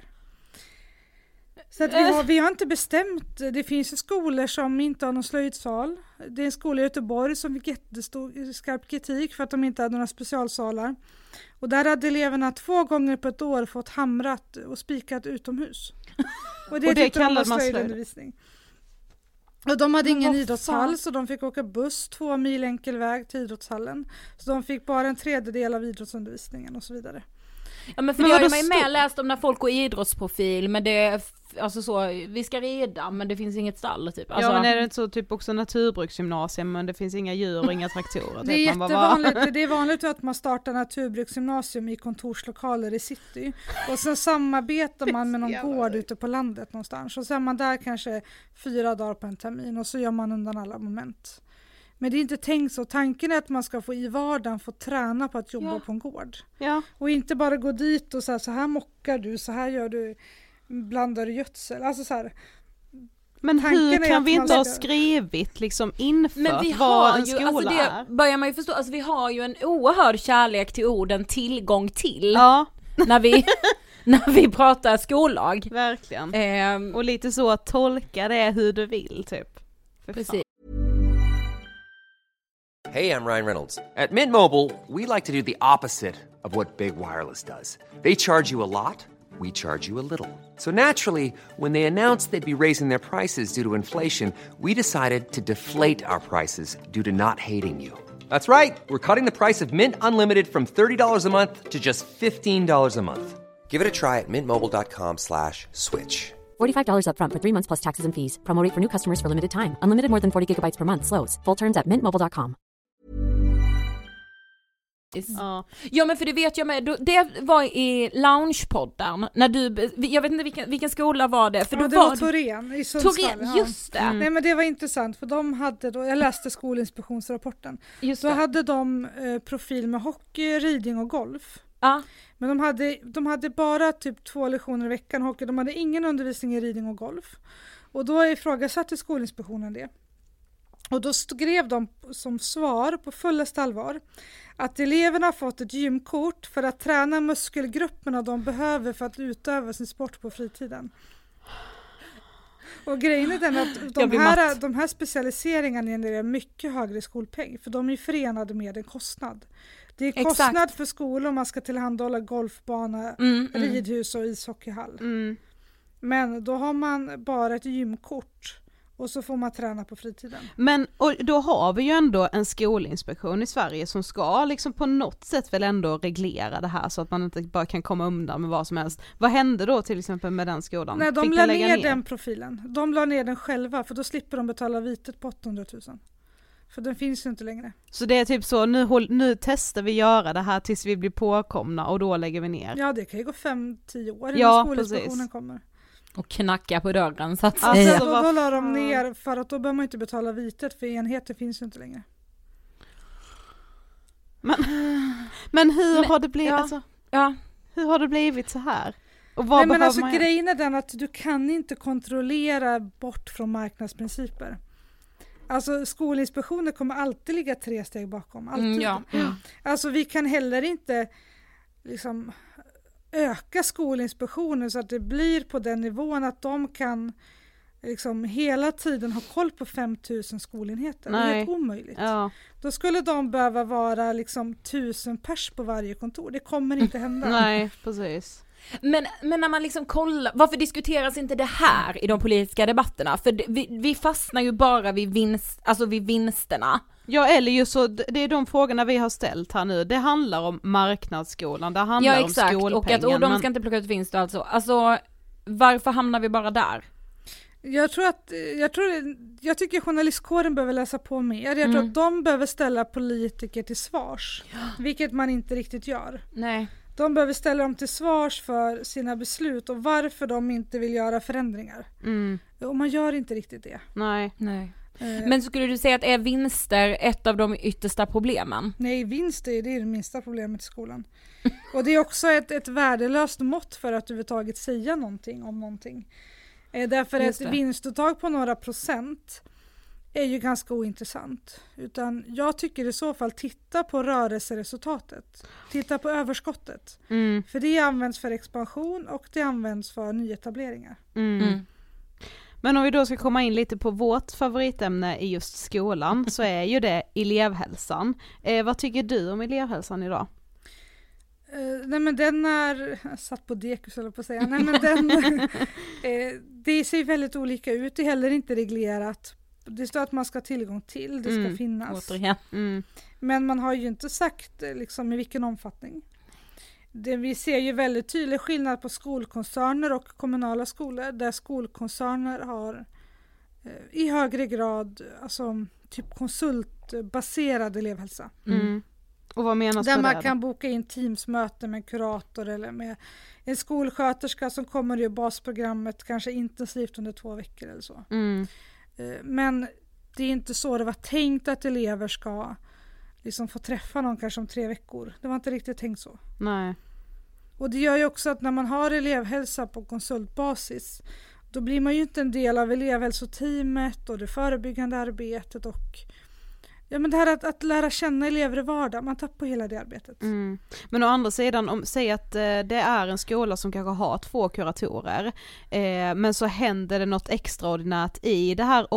Så att vi, har, vi har inte bestämt. Det finns ju skolor som inte har någon slöjdsal. Det är en skola i Göteborg som fick jättestor skarp kritik för att de inte hade några specialsalar. Och där hade eleverna två gånger på ett år fått hamrat och spikat utomhus. Och det, Och det tyckte de var kallade man slöjd. slöjdundervisning. Och de hade Men ingen vad idrottshall fan? så de fick åka buss två mil enkel väg till idrottshallen. Så de fick bara en tredjedel av idrottsundervisningen och så vidare. Ja men för Men det har ju vadå man ju stå- med läst om när folk går idrottsprofil, men det är f- alltså så, vi ska rida men det finns inget stall typ. Alltså, ja men är det inte så typ också naturbruksgymnasium men det finns inga djur och inga traktorer? Det är typ. Man bara, va? jättevanligt, det är vanligt att man startar naturbruksgymnasium i kontorslokaler i city och sen samarbetar man med någon Jävlar. gård ute på landet någonstans och sen är man där kanske fyra dagar på en termin och så gör man undan alla moment. Men det är inte tänkt så. Tanken är att man ska få i vardagen få träna på att jobba Ja. på en gård. Ja. Och inte bara gå dit och säga så här mockar du, så här gör du, blandar du gödsel. Alltså så här. Men Tanken hur är kan att vi man inte ha ska- skrivit liksom infört men vi vad har en ju, skola alltså det är? börjar man ju förstå, alltså vi har ju en oerhörd kärlek till orden tillgång till Ja, när vi, när vi pratar skollag. verkligen. Ehm, Och lite så att tolka det hur du vill typ. För Precis. fan. Hey, I'm Ryan Reynolds. At Mint Mobile, we like to do the opposite of what Big Wireless does. They charge you a lot, we charge you a little. So naturally, when they announced they'd be raising their prices due to inflation, we decided to deflate our prices due to not hating you. That's right. We're cutting the price of Mint Unlimited from thirty dollars a month to just fifteen dollars a month. Give it a try at mintmobile.com slash switch. forty-five dollars up front for three months plus taxes and fees. Promo rate for new customers for limited time. Unlimited more than forty gigabytes per month. Slows full terms at mint mobile dot com. Ja. ja men för det vet jag med, det var i Loungepodden när du, jag vet inte vilken, vilken skola var det? För ja, då det var var Torén i Sundsvall. Torén, just det. Mm. Nej men det var intressant för de hade då, jag läste skolinspektionsrapporten. Just så det. hade de eh, profil med hockey, ridning och golf. Ja. Men de hade, de hade bara typ två lektioner i veckan hockey, de hade ingen undervisning i ridning och golf. Och då ifrågasatte Skolinspektionen det. Och då skrev de som svar på fullaste allvar att eleverna har fått ett gymkort för att träna muskelgrupperna de behöver för att utöva sin sport på fritiden. Och grejen är den att de här, de här specialiseringarna genererar mycket högre skolpeng för de är förenade med en kostnad. Det är kostnad Exakt. för skolor om man ska tillhandahålla golfbana, mm, ridhus och ishockeyhall. Mm. Men då har man bara ett gymkort. Och så får man träna på fritiden. Men och då har vi ju ändå en skolinspektion i Sverige som ska liksom på något sätt väl ändå reglera det här så att man inte bara kan komma undan med vad som helst. Vad hände då till exempel med den skolan? Nej, de Fick la ner, ner den profilen. De la ner den själva för då slipper de betala vitet på åttahundratusen. För den finns ju inte längre. Så det är typ så, nu, håll, nu testar vi göra det här tills vi blir påkomna och då lägger vi ner. Ja, det kan ju gå fem till tio år innan ja, skolinspektionen precis. kommer. Och knacka på dörren så att alltså, säga. Då, då la de ner för att då behöver man inte betala vitet för enheter finns ju inte längre. Men, men hur men, har det blivit ja, alltså, ja. hur har det blivit så här? Och vad Nej, men alltså man grejen är den att du kan inte kontrollera bort från marknadsprinciper. Alltså Skolinspektionen kommer alltid ligga tre steg bakom. Alltid. Mm, ja. Mm. Alltså vi kan heller inte liksom öka Skolinspektionen så att det blir på den nivån att de kan liksom hela tiden ha koll på fem tusen skolenheter. Nej. Det är helt omöjligt. Ja. Då skulle de behöva vara liksom tusen pers på varje kontor. Det kommer inte hända. Nej, precis. Men, men när man liksom kollar, varför diskuteras inte det här i de politiska debatterna? För det, vi, vi fastnar ju bara vid, vinst, alltså vid vinsterna. Ja, eller ju så, det är de frågorna vi har ställt här nu. Det handlar om marknadsskolan, det handlar ja, exakt. om skolpengen. Och att och de ska men... inte plocka ut vinst och alltså. Alltså, varför hamnar vi bara där? Jag tror att, jag tror, jag tycker journalistkåren behöver läsa på mer. Jag mm. tror att de behöver ställa politiker till svars. Ja. Vilket man inte riktigt gör. Nej. De behöver ställa dem till svars för sina beslut och varför de inte vill göra förändringar. Mm. Och man gör inte riktigt det. Nej. Nej. Eh. Men skulle du säga att är vinster ett av de yttersta problemen? Nej, vinster är det, är det minsta problemet i skolan. Och det är också ett, ett värdelöst mått för att överhuvudtaget säga någonting om någonting. Eh, därför att ett vinstuttag på några procent är ju ganska ointressant. Utan jag tycker i så fall titta på rörelseresultatet. Titta på överskottet. Mm. För det används för expansion och det används för nyetableringar. Mm. Mm. Men om vi då ska komma in lite på vårt favoritämne i just skolan så är ju det elevhälsan. Eh, vad tycker du om elevhälsan idag? Uh, nej men den är satt på dekus eller på att säga. Nej men den eh, det ser väldigt olika ut. Det är heller inte reglerat. Det står att man ska ha tillgång till, det ska mm. finnas. Mm. Men man har ju inte sagt liksom i vilken omfattning. Det, vi ser ju väldigt tydlig skillnad på skolkoncerner och kommunala skolor där skolkoncerner har eh, i högre grad alltså typ konsultbaserad elevhälsa. Mm. Och vad menas där med man det kan boka in teamsmöten med en kurator eller med en skolsköterska som kommer att göra basprogrammet kanske intensivt under två veckor eller så. Mm. Men det är inte så det var tänkt att elever ska liksom få träffa någon kanske om tre veckor. Det var inte riktigt tänkt så. Nej. Och det gör ju också att när man har elevhälsa på konsultbasis då blir man ju inte en del av elevhälsoteamet och det förebyggande arbetet och ja, men det här att, att lära känna elever i vardag, man tappar hela det arbetet. Mm. Men å andra sidan, om säg att eh, det är en skola som kanske har två kuratorer, eh, men så händer det något extraordinärt i det här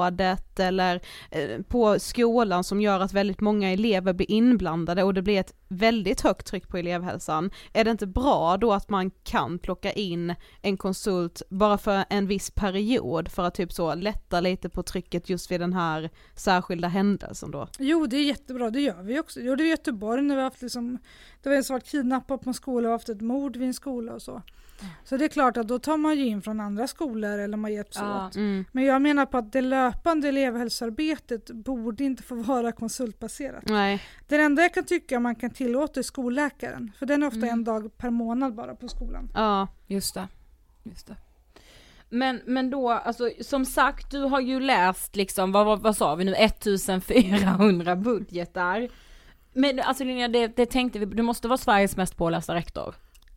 området eller eh, på skolan som gör att väldigt många elever blir inblandade och det blir ett väldigt högt tryck på elevhälsan, är det inte bra då att man kan plocka in en konsult bara för en viss period för att typ så lätta lite på trycket just vid den här särskilda händelsen då? Jo, det är jättebra, det gör vi också. Jo, det är i Göteborg när vi har haft liksom, det var en som var kidnappad på en skola och haft ett mord vid en skola och så. Mm. Så det är klart att då tar man ju in från andra skolor eller man hjälps Ja. åt. Mm. Men jag menar på att det löpande elevhälsoarbetet borde inte få vara konsultbaserat. Nej. Det enda jag kan tycka man kan tillåta är skolläkaren. För den är ofta mm. en dag per månad bara på skolan. Ja, just det. Just det. Men, men då, alltså som sagt, du har ju läst liksom, vad, vad, vad sa vi nu, ettusenfyrahundra budgetar. Men alltså Linnea, det, det tänkte vi, du måste vara Sveriges mest pålästa rektor.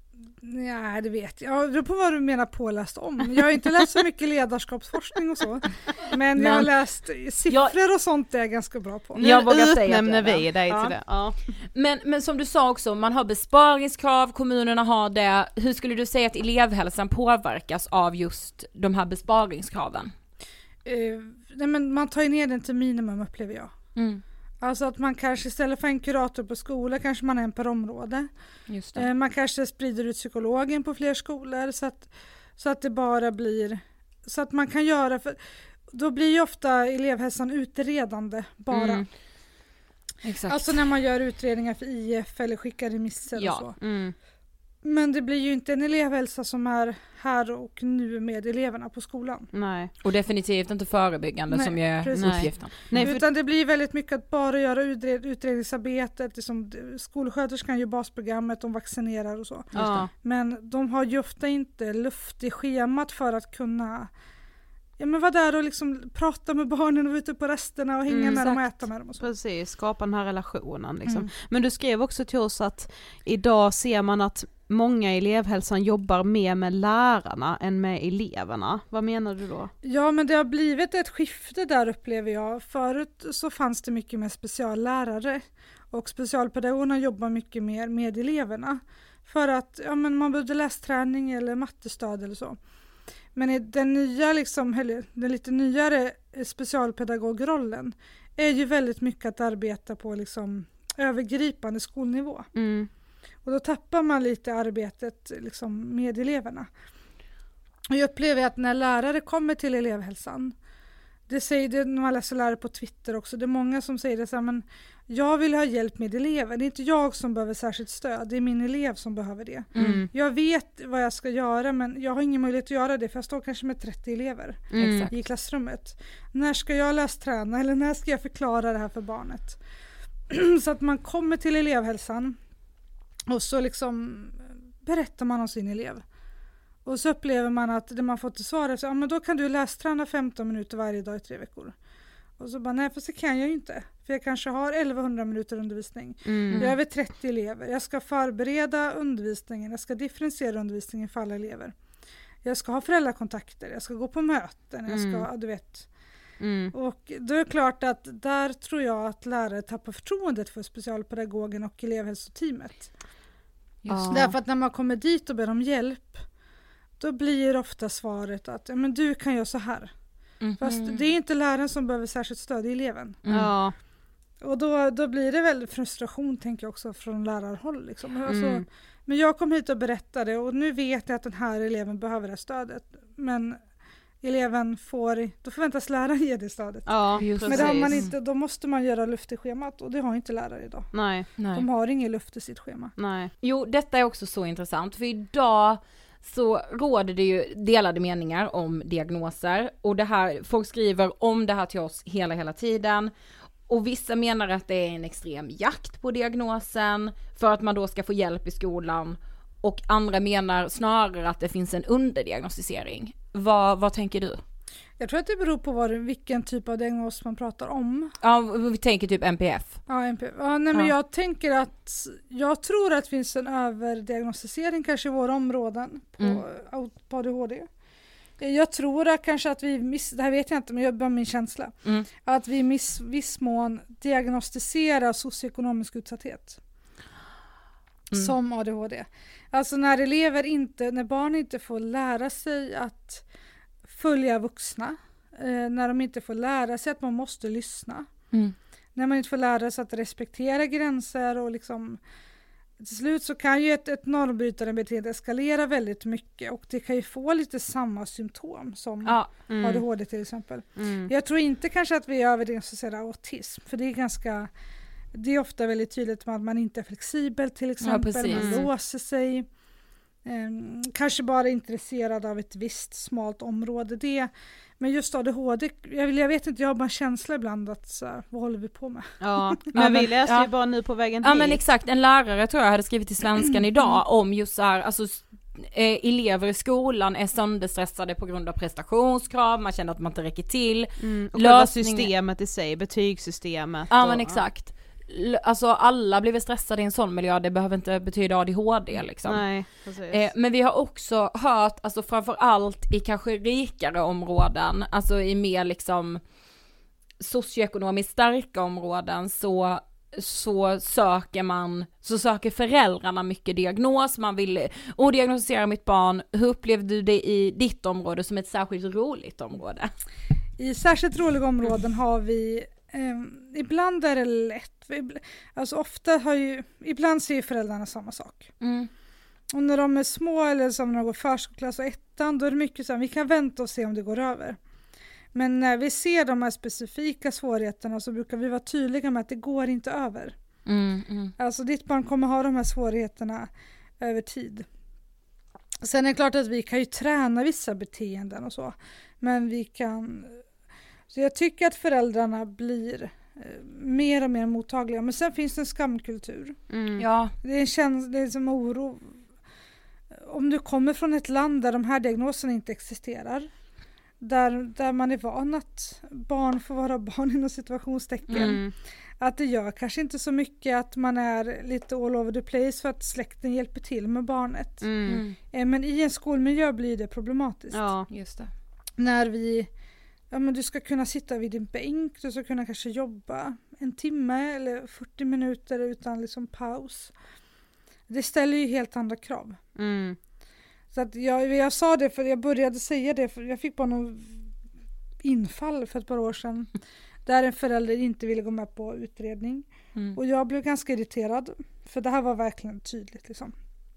Nej, det vet jag. Jag beror på vad du menar påläst om. Jag har inte läst så mycket ledarskapsforskning och så. Men, men jag har läst siffror jag, och sånt är jag ganska bra på. Nu utnämner vi dig ja. till det. Ja. Men, men som du sa också, man har besparingskrav, kommunerna har det. Hur skulle du säga att elevhälsan påverkas av just de här besparingskraven? Uh, nej, men man tar ner den till minimum upplever jag. Mm. Alltså att man kanske istället för en kurator på skola kanske man är en per område. Just det. Eh, man kanske sprider ut psykologen på fler skolor så att, så att det bara blir så att man kan göra, för då blir ju ofta elevhälsan utredande bara. Mm. Exakt. Alltså när man gör utredningar för I F eller skickar remisser ja. och så. Mm. Men det blir ju inte en elevhälsa som är här och nu med eleverna på skolan. Nej. Och definitivt inte förebyggande nej, som är precis. Uppgiften. Nej, för... Utan det blir väldigt mycket att bara göra utred- utredningsarbetet. Liksom, skolsköterskan gör basprogrammet, de vaccinerar och så. Ja. Men de har ju ofta inte luft i schemat för att kunna ja, men vara där och liksom prata med barnen och vara ute på resterna och hänga mm, med dem och äta med dem. Och så. Precis, skapa den här relationen. Liksom. Mm. Men du skrev också till oss att idag ser man att många i elevhälsan jobbar mer med lärarna än med eleverna. Vad menar du då? Ja, men det har blivit ett skifte där upplever jag. Förut så fanns det mycket med speciallärare och specialpedagogerna jobbar mycket mer med eleverna. För att ja, men man behövde lästräning eller mattestöd eller så. Men i den nya, liksom, eller den lite nyare specialpedagogrollen är ju väldigt mycket att arbeta på liksom, övergripande skolnivå. Mm. Och då tappar man lite arbetet liksom, med eleverna. Och jag upplever att när lärare kommer till elevhälsan, det säger det när man läser lärare på Twitter också, det är många som säger det så här, men jag vill ha hjälp med elever, det är inte jag som behöver särskilt stöd, det är min elev som behöver det. Mm. Jag vet vad jag ska göra men jag har ingen möjlighet att göra det för jag står kanske med trettio elever mm. i klassrummet. När ska jag lästräna eller när ska jag förklara det här för barnet? Så att man kommer till elevhälsan och så liksom berättar man om sin elev. Och så upplever man att det man får till svar är så, ja men då kan du lästräna femton minuter varje dag i tre veckor. Och så bara, nej för så kan jag ju inte. För jag kanske har elvahundra minuter undervisning. Mm. Jag har över trettio elever. Jag ska förbereda undervisningen. Jag ska differentiera undervisningen för alla elever. Jag ska ha föräldrakontakter. Jag ska gå på möten. Jag ska, mm. du vet. Mm. Och då är det klart att där tror jag att lärare tappar förtroendet för specialpedagogen och elevhälsoteamet. Just. Därför att när man kommer dit och ber om hjälp, då blir ofta svaret att ja, men du kan göra så här. Mm. Fast det är inte läraren som behöver särskilt stöd, det är eleven. Mm. Ja. Och då, då blir det väl frustration tänker jag också från lärarhåll. Liksom. Mm. Alltså, men jag kom hit och berättade och nu vet jag att den här eleven behöver det stödet. Men eleven får, då förväntas läraren ge det stödet. Ja, men det har man inte, då måste man göra luft i schemat och det har inte lärare idag. Nej. Nej. De har ingen luft i sitt schema. Nej. Jo, detta är också så intressant för idag så råder det ju delade meningar om diagnoser och det här, folk skriver om det här till oss hela hela tiden och vissa menar att det är en extrem jakt på diagnosen för att man då ska få hjälp i skolan och andra menar snarare att det finns en underdiagnostisering. Vad, vad tänker du? Jag tror att det beror på vad, vilken typ av diagnos man pratar om. Ja, vi tänker typ N P F. Ja, N P F. Ja, nej, men ja. Jag tänker att jag tror att det finns en överdiagnostisering kanske i våra områden på, mm. på A D H D. Jag tror att kanske att vi miss, det här vet jag inte men jag bara min känsla. Mm. Att vi i viss mån diagnostiserar socioekonomisk utsatthet. Mm. Som A D H D. Alltså när elever inte, när barn inte får lära sig att följa vuxna, eh, när de inte får lära sig att man måste lyssna, mm. när man inte får lära sig att respektera gränser och liksom till slut så kan ju ett, ett normbrytande beteende eskalera väldigt mycket och det kan ju få lite samma symptom som Ja. Mm. A D H D till exempel. Mm. Jag tror inte kanske att vi överdiagnostiserar autism för det är ganska det är ofta väldigt tydligt med att man inte är flexibel till exempel, precis. man Mm. låser sig. Um, kanske bara intresserad av ett visst smalt område. Det, men just A D H D, jag, jag vet inte, jag har bara en känsla ibland att så här, vad håller vi på med? Ja, men Ja, vi men- läste ja. ju bara nu på vägen Ja hit. men exakt, en lärare tror jag hade skrivit i Svenskan idag om just så här, alltså eh, elever i skolan är sönderstressade på grund av prestationskrav, man känner att man inte räcker till. Mm, och själva lösningen- systemet i sig, betygssystemet. Ja och, men exakt. L- Alltså alla blir väl stressade i en sån miljö, det behöver inte betyda A D H D liksom. Nej, precis. Eh, men vi har också hört, alltså framförallt i kanske rikare områden, alltså i mer liksom socioekonomiskt starka områden så, så söker man, så söker föräldrarna mycket diagnos, man vill odiagnostisera mitt barn. Hur upplevde du det i ditt område som ett särskilt roligt område? I särskilt roliga områden har vi um, ibland är det lätt, vi- alltså ofta har ju, ibland ser ju föräldrarna samma sak. Mm. Och när de är små eller som när de går förskoleklass och ettan då är det mycket så här, vi kan vänta och se om det går över. Men när vi ser de här specifika svårigheterna så brukar vi vara tydliga med att det går inte över. Mm, mm. Alltså ditt barn kommer ha de här svårigheterna över tid. Sen är det klart att vi kan ju träna vissa beteenden och så. Men vi kan... Så jag tycker att föräldrarna blir eh, mer och mer mottagliga. Men sen finns det en skamkultur. Mm. Ja, Det är en känsla, det är som oro. Om du kommer från ett land där de här diagnoserna inte existerar. Där, där man är van att barn får vara barn inom situationstecken. Mm. Att det gör kanske inte så mycket att man är lite all over the place för att släkten hjälper till med barnet. Mm. mm. Eh, Men i en skolmiljö blir det problematiskt. Ja. just det. När vi, ja men du ska kunna sitta vid din bänk, du ska kunna kanske jobba en timme eller fyrtio minuter utan liksom paus. Det ställer ju helt andra krav. Mm. Så att jag, jag sa det för jag började säga det för jag fick bara någon infall för ett par år sedan. Där en förälder inte ville gå med på utredning. Mm. Och jag blev ganska irriterad. För det här var verkligen tydligt liksom.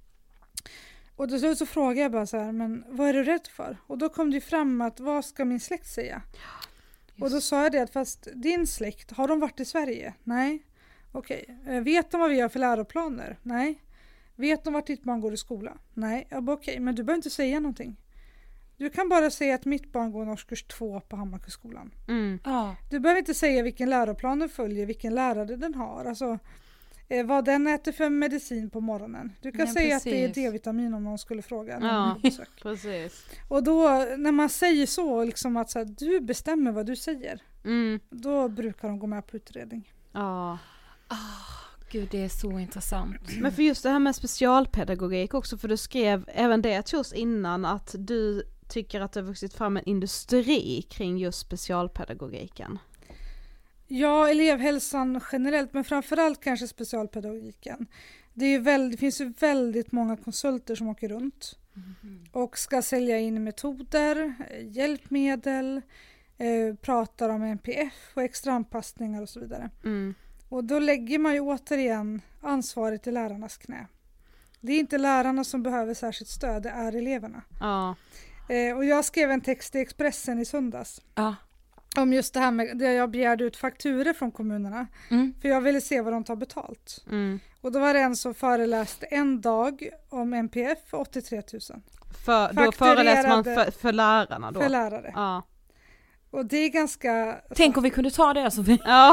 Och till slut så frågade jag bara så här, men vad är du rädd för? Och då kom det ju fram att vad ska min släkt säga? Och då sa jag det att fast din släkt, har de varit i Sverige? Nej. Okej. Okay. Vet de vad vi gör för läroplaner? Nej. Vet de vart ditt barn går i skola? Nej. Jag bara okej, okay, men du behöver inte säga någonting. Du kan bara säga att mitt barn går i årskurs två på Hammarbyskolan. Mm. Ja. Du behöver inte säga vilken läroplan den följer, vilken lärare den har. Alltså, eh, vad den äter för medicin på morgonen. Du kan Ja, säga att det är precis. D-vitamin om någon skulle fråga. när Ja. man har besök. Precis. Och då när man säger så, liksom att så här, du bestämmer vad du säger. Mm. Då brukar de gå med på utredning. Ja. Gud, det är så intressant. Men för just det här med specialpedagogik också, för du skrev även det till oss innan att du tycker att det har vuxit fram en industri kring just specialpedagogiken. Ja, elevhälsan generellt, men framförallt kanske specialpedagogiken. Det, är ju väl, det finns ju väldigt många konsulter som åker runt och ska sälja in metoder, hjälpmedel, eh, pratar om N P F och extra anpassningar och så vidare. Mm. Och då lägger man ju återigen ansvaret i lärarnas knä. Det är inte lärarna som behöver särskilt stöd, det är eleverna. Ja. Eh, och jag skrev en text i Expressen i söndags Ja. om just det här med där jag begärde ut fakturer från kommunerna. Mm. För jag ville se vad de tar betalt. Mm. Och då var det en som föreläste en dag om N P F för åttiotre tusen. För, då föreläser man Fakturerade- för, för lärarna då? För lärare. Ja. Och det är ganska... Tänk om vi kunde ta det som vi... Ja.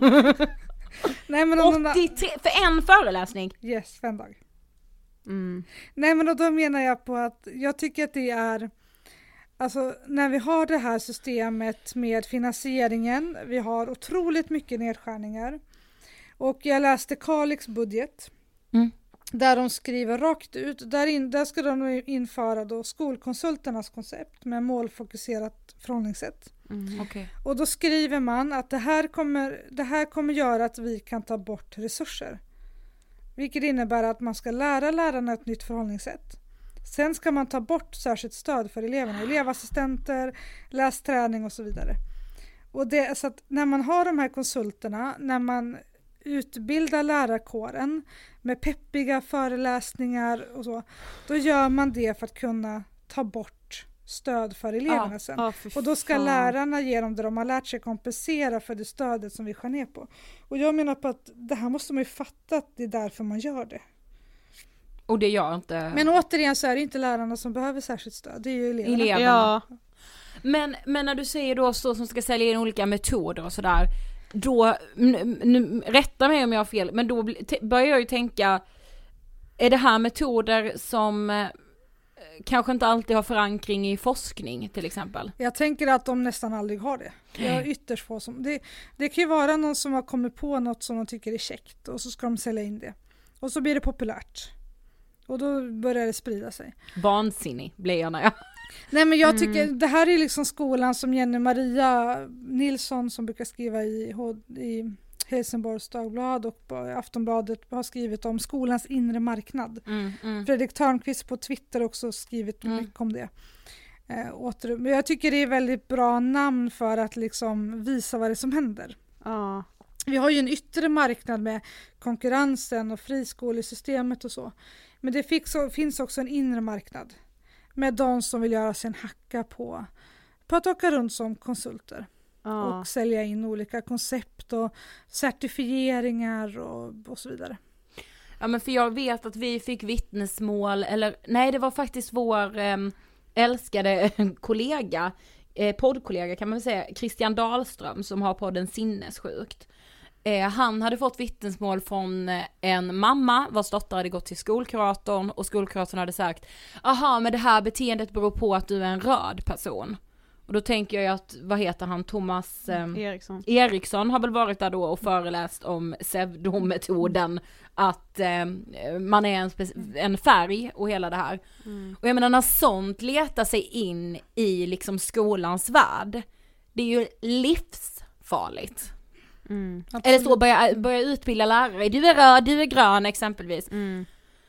Nej, men om de- åttiotre för en föreläsning. Yes, fem dagar. Mm. Nej, men då, då menar jag på att jag tycker att det är... Alltså när vi har det här systemet med finansieringen, vi har otroligt mycket nedskärningar. Och jag läste Kalix budget. Mm. Där de skriver rakt ut, där, in, där ska de införa då skolkonsulternas koncept med målfokuserat förhållningssätt. Mm. Okej. Och då skriver man att det här kommer, det här kommer göra att vi kan ta bort resurser. Vilket innebär att man ska lära lärarna ett nytt förhållningssätt. Sen ska man ta bort särskilt stöd för eleverna, elevassistenter, lästräning och så vidare. Och det, så att när man har de här konsulterna, när man utbildar lärarkåren med peppiga föreläsningar och så, då gör man det för att kunna ta bort stöd för eleverna Ja, sen. Ja, Och då ska lärarna ge dem det de har lärt sig kompensera för det stödet som vi skär ner på. Och jag menar på att det här måste man ju fatta att det är därför man gör det. Och det gör inte Men återigen så är det inte lärarna som behöver särskilt stöd, det är ju eleverna. eleverna. Ja. Men, men när du säger då så som ska sälja in olika metoder och sådär, då, n- n- rätta mig om jag har fel, men då bli- t- börjar jag ju tänka, är det här metoder som eh, kanske inte alltid har förankring i forskning till exempel? Jag tänker att de nästan aldrig har det. Jag har ytterst få som... Det, det kan ju vara någon som har kommit på något som de tycker är käckt och så ska de sälja in det. Och så blir det populärt. Och då börjar det sprida sig. Vansinnig blir jag när jag... Nej men jag tycker, det här är liksom skolan som Jenny Maria Nilsson som brukar skriva i, i Helsingborgs Dagblad och på Aftonbladet har skrivit om skolans inre marknad. Mm, mm. Fredrik Törnqvist på Twitter också skrivit Mm. mycket om det. Eh, åter, men jag tycker det är väldigt bra namn för att liksom visa vad det är som händer. Ja. Vi har ju en yttre marknad med konkurrensen och friskolesystemet och så. Men det finns, finns också en inre marknad med de som vill göra sig en hacka på, på att åka runt som konsulter. Ja. Och sälja in olika koncept och certifieringar och, och så vidare. Ja men för jag vet att vi fick vittnesmål, eller nej det var faktiskt vår eh, älskade kollega, eh, poddkollega kan man väl säga, Christian Dahlström som har podden Sinnessjukt. Eh, han hade fått vittnesmål från eh, en mamma vars dotter hade gått till skolkuratorn och skolkuratorn hade sagt, aha men det här beteendet beror på att du är en röd person. Och då tänker jag att, vad heter han, Thomas eh, Eriksson. Eriksson har väl varit där då och föreläst om pseudometoden att eh, man är en, spe- en färg och hela det här. Mm. Och jag menar när sånt letar sig in i liksom skolans värld, det är ju livsfarligt. Mm. Eller så börja, börja utbilda lärare, du är röd, du är grön exempelvis. Mm.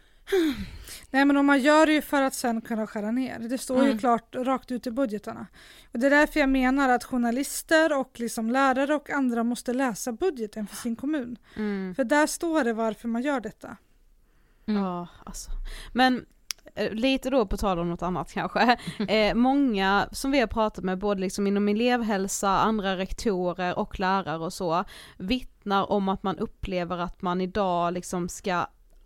Nej men om man gör det ju för att sen kunna skära ner. Det står Mm. ju klart rakt ut i budgetarna. Och det är därför jag menar att journalister och liksom lärare och andra måste läsa budgeten för sin kommun. Mm. För där står det varför man gör detta. Mm. Ja, alltså. Men eh, lite då på tal om något annat kanske. Eh, många som vi har pratat med, både liksom inom elevhälsa, andra rektorer och lärare och så, vittnar om att man upplever att man idag liksom ska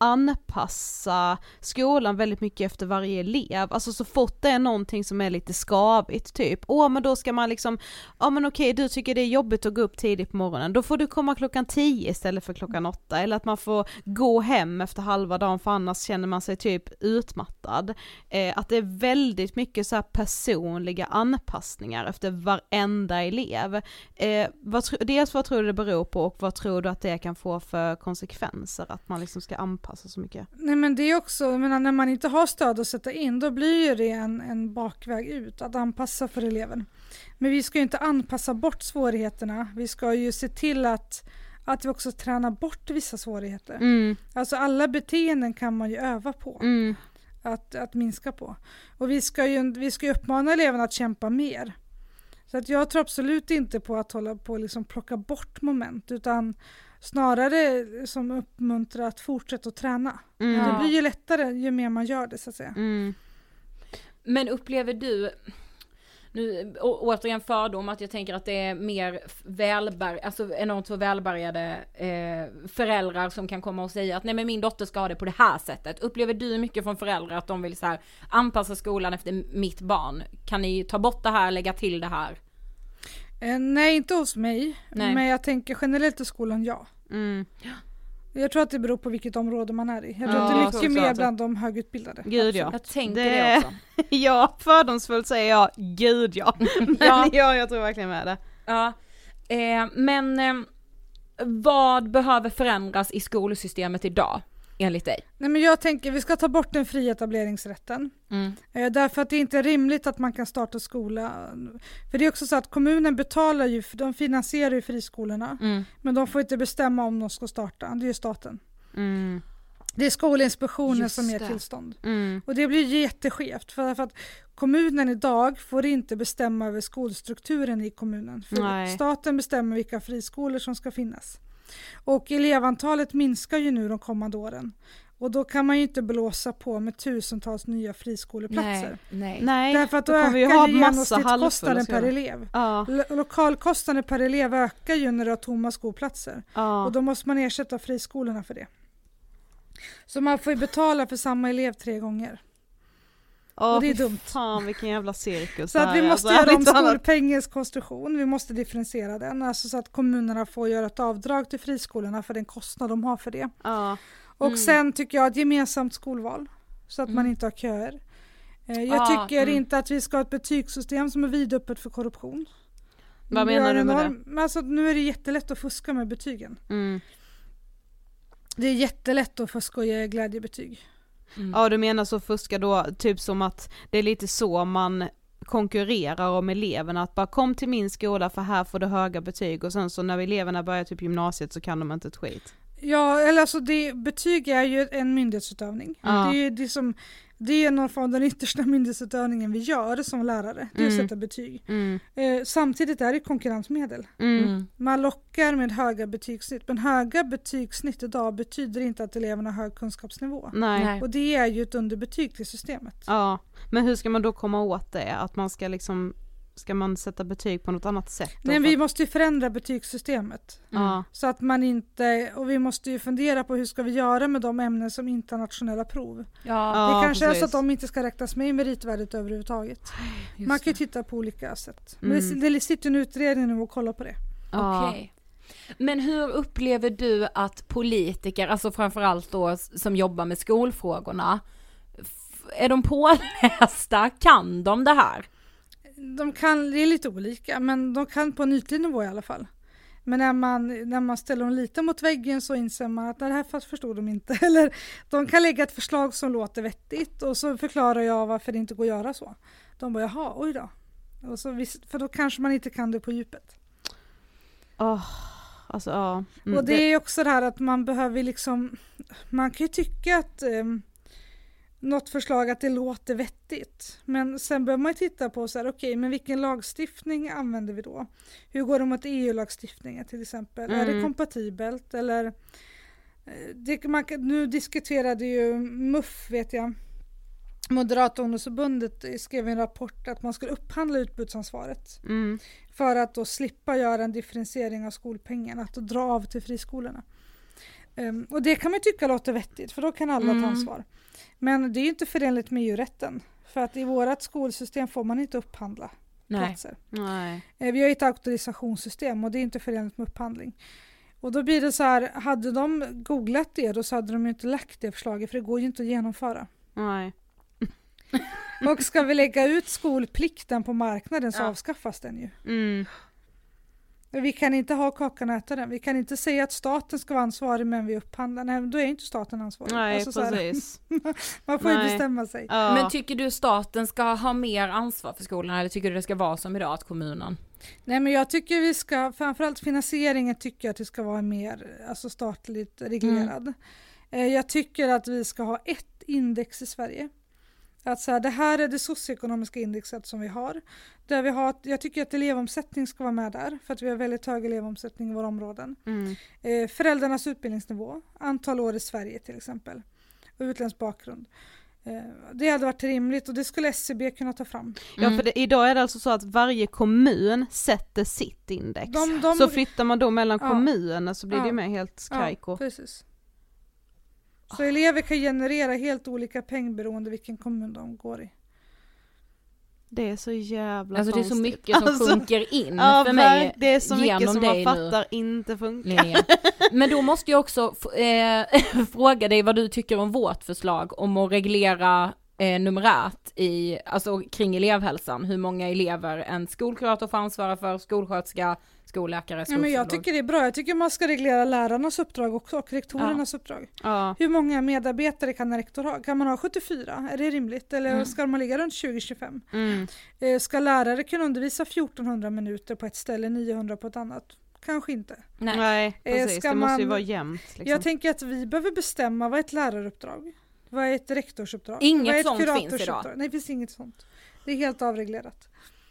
anpassa skolan väldigt mycket efter varje elev. Alltså så fort det är någonting som är lite skavigt typ, åh men då ska man liksom, ja men okej du tycker det är jobbigt att gå upp tidigt på morgonen, då får du komma klockan tio istället för klockan åtta, eller att man får gå hem efter halva dagen för annars känner man sig typ utmattad. Eh, att det är väldigt mycket så här personliga anpassningar efter varenda elev. Eh, vad tro, dels vad tror du det beror på och vad tror du att det kan få för konsekvenser att man liksom ska anpassa så mycket? Nej men det är också, jag menar, när man inte har stöd att sätta in, då blir ju det en, en bakväg ut att anpassa för eleven. Men vi ska ju inte anpassa bort svårigheterna, vi ska ju se till att, att vi också tränar bort vissa svårigheter. Mm. Alltså alla beteenden kan man ju öva på. Mm. Att, att minska på. Och vi ska ju vi ska ju uppmana eleverna att kämpa mer. Så att jag tror absolut inte på att hålla på och liksom plocka bort moment, utan snarare som uppmuntrar att fortsätta att träna. Mm. Det blir ju lättare ju mer man gör det så att säga. Mm. Men upplever du, nu å, återigen fördom, att jag tänker att det är mer välbär, alltså enormt så välbärgade eh, föräldrar som kan komma och säga att nej men min dotter ska ha det på det här sättet. Upplever du mycket från föräldrar att de vill så här anpassa skolan efter mitt barn? Kan ni ta bort det här, lägga till det här? Eh, nej, inte hos mig. Nej. Men jag tänker generellt i skolan, ja. Mm. Jag tror att det beror på vilket område man är i. Jag tror Ja, att det är mycket såklart. mer bland de högutbildade. Gud ja. Jag tänker Det- det, också. Ja, fördomsfullt säger jag, gud ja. Men Ja. ja, jag tror verkligen med det. Ja, eh, men eh, vad behöver förändras i skolsystemet idag, enligt dig? Nej, men jag tänker vi ska ta bort den fria etableringsrätten. Mm. Eh, därför att det är inte rimligt att man kan starta skola. För det är också så att kommunen betalar ju, de finansierar ju friskolorna. Mm. Men de får inte bestämma om de ska starta, det är ju staten. Mm. Det är Skolinspektionen Just som ger det. tillstånd. Mm. Och det blir jätteskevt för, för att kommunen idag får inte bestämma över skolstrukturen i kommunen. För Nej. staten bestämmer vilka friskolor som ska finnas. Och elevantalet minskar ju nu de kommande åren. Och då kan man ju inte blåsa på med tusentals nya friskoleplatser. Nej, nej. Nej, Därför att då, då kommer vi ju ökar ha ju massa genomsnittskostnaden halvfulla per skolor. elev. Ja, Lo- lokalkostnaden per elev ökar ju när du har tomma skolplatser. ja. Och då måste man ersätta friskolorna för det. Så man får ju betala för samma elev tre gånger. Åh, och det är fy dumt. Fan vilken jävla cirkus. Så det att här vi är. måste Alltså, göra om ärligt talat. skolpengens konstruktion. Vi måste differentiera den. Alltså så att kommunerna får göra ett avdrag till friskolorna för den kostnad de har för det. Ja. Och Mm. sen tycker jag ett gemensamt skolval. Så att man Mm. inte har köer. Eh, Jag Ah, tycker mm. inte att vi ska ha ett betygssystem som är vidöppet för korruption. Vad Vi menar har du med enorm- Men alltså, nu är det jättelätt att fuska med betygen. Mm. Det är jättelätt att fuska och ge glädjebetyg. Mm. Ja, du menar så fuska då, typ som att det är lite så man konkurrerar om eleverna, att bara kom till min skola för här får du höga betyg, och sen så när eleverna börjar typ gymnasiet så kan de inte ett skit. Ja, eller alltså det, betyg är ju en myndighetsutövning. Ja. Det är ju det som, det är någon form av den yttersta myndighetsutövningen vi gör som lärare. Det är Mm. att sätta betyg. Mm. Eh, samtidigt är det konkurrensmedel. Mm. Mm. Man lockar med höga betygssnitt, men höga betygssnitt idag betyder inte att eleverna har hög kunskapsnivå. Nej. Nej. Och det är ju ett underbetyg till systemet. Ja, men hur ska man då komma åt det? Att man ska liksom, ska man sätta betyg på något annat sätt? då? Nej, För vi att- måste ju förändra betygssystemet. Ja. Så att man inte, och vi måste ju fundera på hur ska vi göra med de ämnen som inte har nationella prov. Ja, Ja, det kanske är precis. så att de inte ska räknas med i meritvärdet överhuvudtaget. just Man kan ju det. titta på olika sätt. Mm. Men det, det sitter en utredning nu och kollar på det. Ja. Okej. Men hur upplever du att politiker, alltså framförallt då s- som jobbar med skolfrågorna, f- är de pålästa? Kan de det här? De kan, det är lite olika, men de kan på en ytlig nivå i alla fall. Men när man, när man ställer dem lite mot väggen så inser man att det här fast förstod de inte. Eller de kan lägga ett förslag som låter vettigt och så förklarar jag varför det inte går att göra så. De bara, jaha, oj då. Och så, visst, för då kanske man inte kan det på djupet. Åh, alltså ja. Mm, Och det är ju också det här att man behöver liksom, man kan ju tycka att um, något förslag att det låter vettigt. Men sen behöver man ju titta på så här, okej, okay, men vilken lagstiftning använder vi då? Hur går det mot E U-lagstiftningen till exempel? Mm. Är det kompatibelt eller eh, det, man, kan- nu diskuterade ju M U F, vet jag, Moderata ungdomsförbundet skrev i en rapport att man skulle upphandla utbudsansvaret Mm. för att då slippa göra en differentiering av skolpengen, att då dra av till friskolorna. Um, och det kan man tycka låter vettigt, för då kan alla Mm. ta ansvar. Men det är ju inte förenligt med E U-rätten, för att i vårat skolsystem får man inte upphandla Nej. platser. Nej. Eh, Vi har ju ett auktorisationssystem och det är inte förenligt med upphandling. Och då blir det så här, hade de googlat det då så hade de ju inte lagt det förslaget, för det går ju inte att genomföra. Nej. Och ska vi lägga ut skolplikten på marknaden så Ja. avskaffas den ju. Mm. Vi kan inte ha kakan och äta den. Vi kan inte säga att staten ska vara ansvarig men vi upphandlar. Nej, då är inte staten ansvarig. Nej, Alltså så här, precis. man får ju Nej. bestämma sig. Ja. Men tycker du staten ska ha mer ansvar för skolan, eller tycker du det ska vara som idag, att kommunen? Nej, men jag tycker vi ska, framförallt finansieringen tycker jag att det ska vara mer alltså statligt reglerad. Eh, Jag tycker att vi ska ha ett index i Sverige. Att så här, det här är det socioekonomiska indexet som vi har. Där vi har. Jag tycker att elevomsättning ska vara med där, för att vi har väldigt hög elevomsättning i våra områden. Mm. Eh, föräldrarnas utbildningsnivå, antal år i Sverige till exempel, och utländsk bakgrund. Eh, det hade varit rimligt och det skulle S C B kunna ta fram. Ja, för det, idag är det alltså så att varje kommun sätter sitt index. De, de, Så flyttar man då mellan Ja. kommunerna så blir Ja. det med helt skrajko. Ja, precis. Så elever kan generera helt olika peng beroende vilken kommun de går i. Det är så jävla Alltså det är så konstigt. mycket som Alltså, sjunker in ja, för mig verk- det är så mycket genom som dig man nu, fattar inte funkar. Linnea. Men då måste jag också f- eh, fråga dig vad du tycker om vårt förslag om att reglera eh, numerärt i, alltså kring elevhälsan. Hur många elever en skolkurator får ansvara för, skolsköterska, skolläkare, Ja, skolpsykolog. men jag tycker det är bra. Jag tycker man ska reglera lärarnas uppdrag också och rektorernas uppdrag. Ja. Hur många medarbetare kan en rektor ha? Kan man ha sjuttiofyra? Är det rimligt? Eller Mm. ska man ligga runt tjugo till tjugofem? Mm. Eh, ska lärare kunna undervisa fjortonhundra minuter på ett ställe, niohundra på ett annat? kanske inte. Nej. Nej, precis. Ska det måste ju man- vara jämnt. Liksom. Jag tänker att vi behöver bestämma vad är ett läraruppdrag? Vad är ett rektorsuppdrag? Inget vad är ett sånt finns kuratorsuppdrag? idag. Nej, det finns inget sånt. Det är helt avreglerat.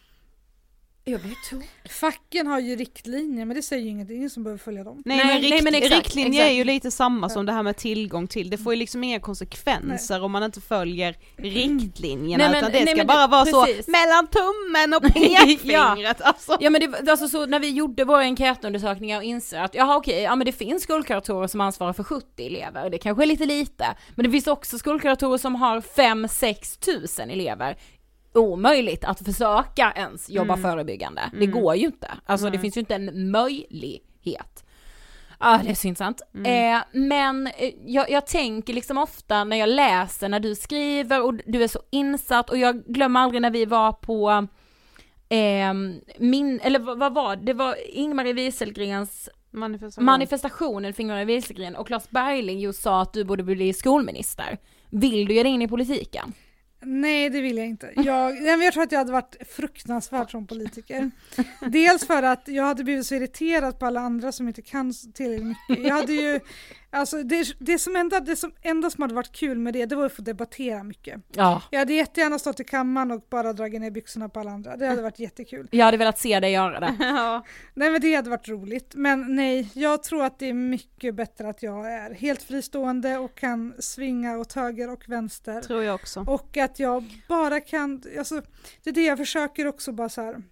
Jag vet inte. Facken har ju riktlinjer, men det säger ju ingenting. Ingen som behöver följa dem. Nej, Nej, men, rikt, nej, men exakt, riktlinjer exakt. är ju lite samma som det här med tillgång till. Det får ju liksom inga konsekvenser om man inte följer riktlinjerna, Nej, men- utan det nej, ska men bara det- vara precis. så mellan tummen och pekfingret. Alltså. Ja men det, alltså så när vi gjorde våra enkätundersökningar och inser att jaha okej, ja men det finns skolkuratorer som ansvarar för sjuttio elever, det kanske är lite lite, men det finns också skolkuratorer som har fem sex tusen elever. Omöjligt att försöka ens jobba Mm. förebyggande. Det Mm. går ju inte. Alltså Nej. det finns ju inte en möjlighet. Ja, ah, det är så intressant. Mm. Eh, men eh, jag, jag tänker liksom ofta när jag läser, när du skriver och du är så insatt, och jag glömmer aldrig när vi var på eh, min, eller vad, vad var det? Det var Ingmarie Wieselgrens Manifestation. manifestationen för Ingmarie Wieselgren, och Claes Bergling just sa att du borde bli skolminister. Vill du ge dig in i politiken? Nej, det vill jag inte. Jag, nej, men jag tror att jag hade varit fruktansvärd som politiker. Dels för att jag hade blivit så irriterad på alla andra som inte kan tillräckligt mycket. Jag hade ju, alltså det, det, som enda, det som enda som hade varit kul med det, det var att få debattera mycket. Ja. Jag hade jättegärna stått i kammaren och bara dragit ner byxorna på alla andra. Det hade varit jättekul. Jag hade velat se dig göra det. Ja. Nej, men det hade varit roligt. Men nej, jag tror att det är mycket bättre att jag är helt fristående och kan svinga åt höger och vänster. Tror jag också. Och att jag bara kan, alltså, det är det jag försöker också bara så här.